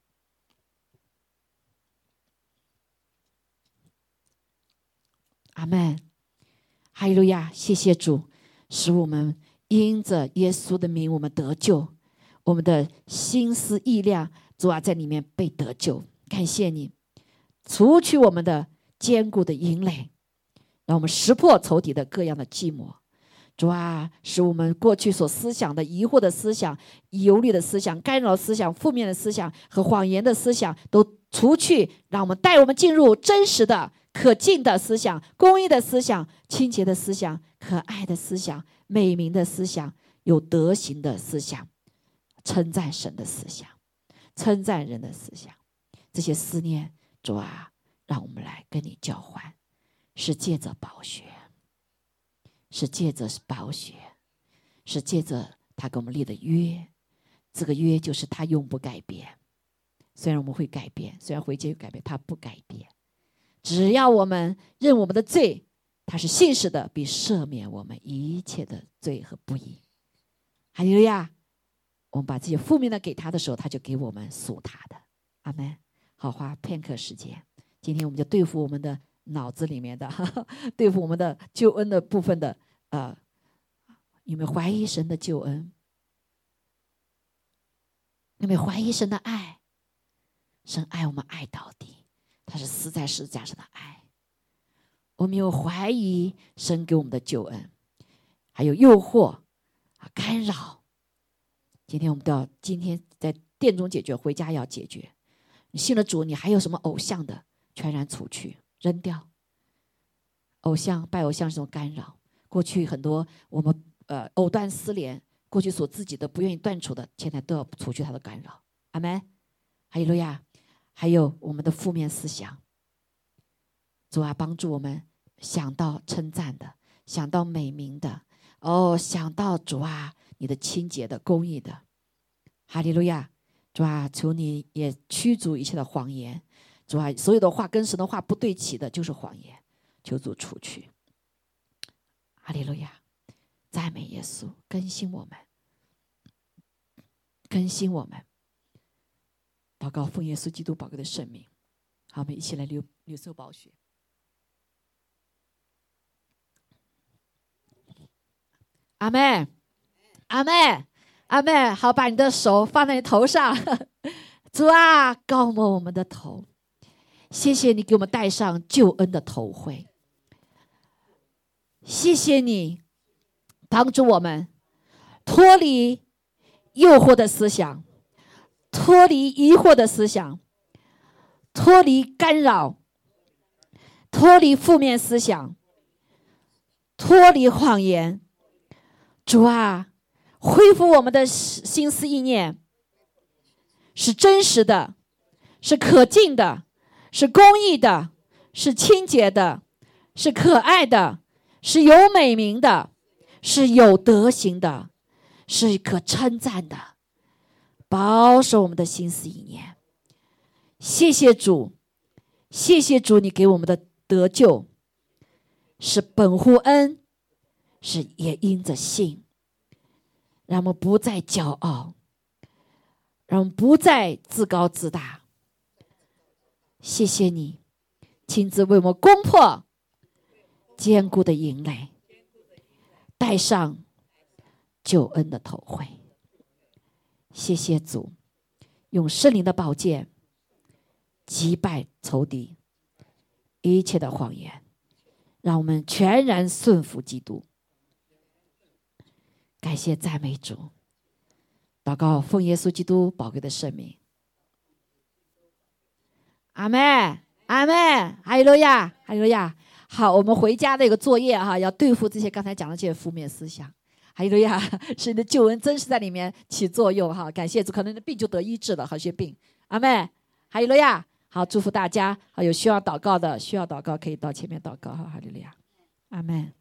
阿们，哈利路亚！谢谢主，使我们因着耶稣的名，我们得救，我们的心思意念，主啊，在里面被得救。感谢你，除去我们的坚固的营垒，让我们识破仇敌的各样的计谋。主啊，使我们过去所思想的疑惑的思想、忧虑的思想、干扰思想、负面的思想和谎言的思想都除去，让我们带我们进入真实的可敬的思想、公义的思想、清洁的思想、可爱的思想、美名的思想、有德行的思想、称赞神的思想、称赞人的思想。这些思念，主啊，让我们来跟你交换， 是借着宝血，是借着宝血，是借着他给我们立的约。这个约就是他永不改变。虽然我们会改变，虽然回接改变，他不改变。只要我们认我们的罪，他是信实的，必赦免我们一切的罪和不义。哈利路亚！我们把这些负面的给他的时候，他就给我们属他的。阿们。好，花片刻时间，今天我们就对付我们的脑子里面的，对付我们的救恩的部分的有没有怀疑神的救恩？有没有怀疑神的爱？神爱我们爱到底，他是死在十字架上的爱。我们有怀疑神给我们的救恩，还有诱惑干扰。今天我们都要，今天在殿中解决，回家要解决。你信了主，你还有什么偶像的，全然除去，扔掉。偶像拜偶像是种干扰。过去很多我们藕断丝连，过去所自己的不愿意断除的，现在都要除去它的干扰。阿们。哈利路亚。还有我们的负面思想，主啊，帮助我们想到称赞的，想到美名的，想到主啊你的清洁的公义的。哈利路亚。主啊，求你也驱逐一切的谎言。主啊，所有的话跟神的话不对齐的就是谎言，求主除去。哈利路亚。赞美耶稣，更新我们，更新我们。祷告奉耶稣基督宝贵的圣名。好，我们一起来流受宝血。阿们，阿们，阿们。好，把你的手放在你头上。主啊，膏抹我们的头。谢谢你给我们戴上救恩的头盔。谢谢你帮助我们脱离诱惑的思想，脱离疑惑的思想，脱离干扰，脱离负面思想，脱离谎言。主啊，恢复我们的心思意念，是真实的，是可敬的，是公义的，是清洁的，是可爱的，是有美名的，是有德行的，是可称赞的。保守我们的心思意念。谢谢主，谢谢主，你给我们的得救是本乎恩，是也因着信，让我们不再骄傲，让我们不再自高自大。谢谢你亲自为我们攻破坚固的营垒，戴上救恩的头盔。谢谢主，用圣灵的宝剑击败仇敌一切的谎言，让我们全然顺服基督。感谢赞美主，祷告奉耶稣基督宝贵的圣名。阿们，阿们，哈利路亚，哈利路亚。好，我们回家的一个作业要对付这些刚才讲的这些负面思想。哈利路亚，是你的救恩真实在里面起作用感谢主，可能你的病就得医治了，好些病。阿们，哈利路亚。好，祝福大家。好，有需要祷告的，需要祷告可以到前面祷告哈利路亚。阿们。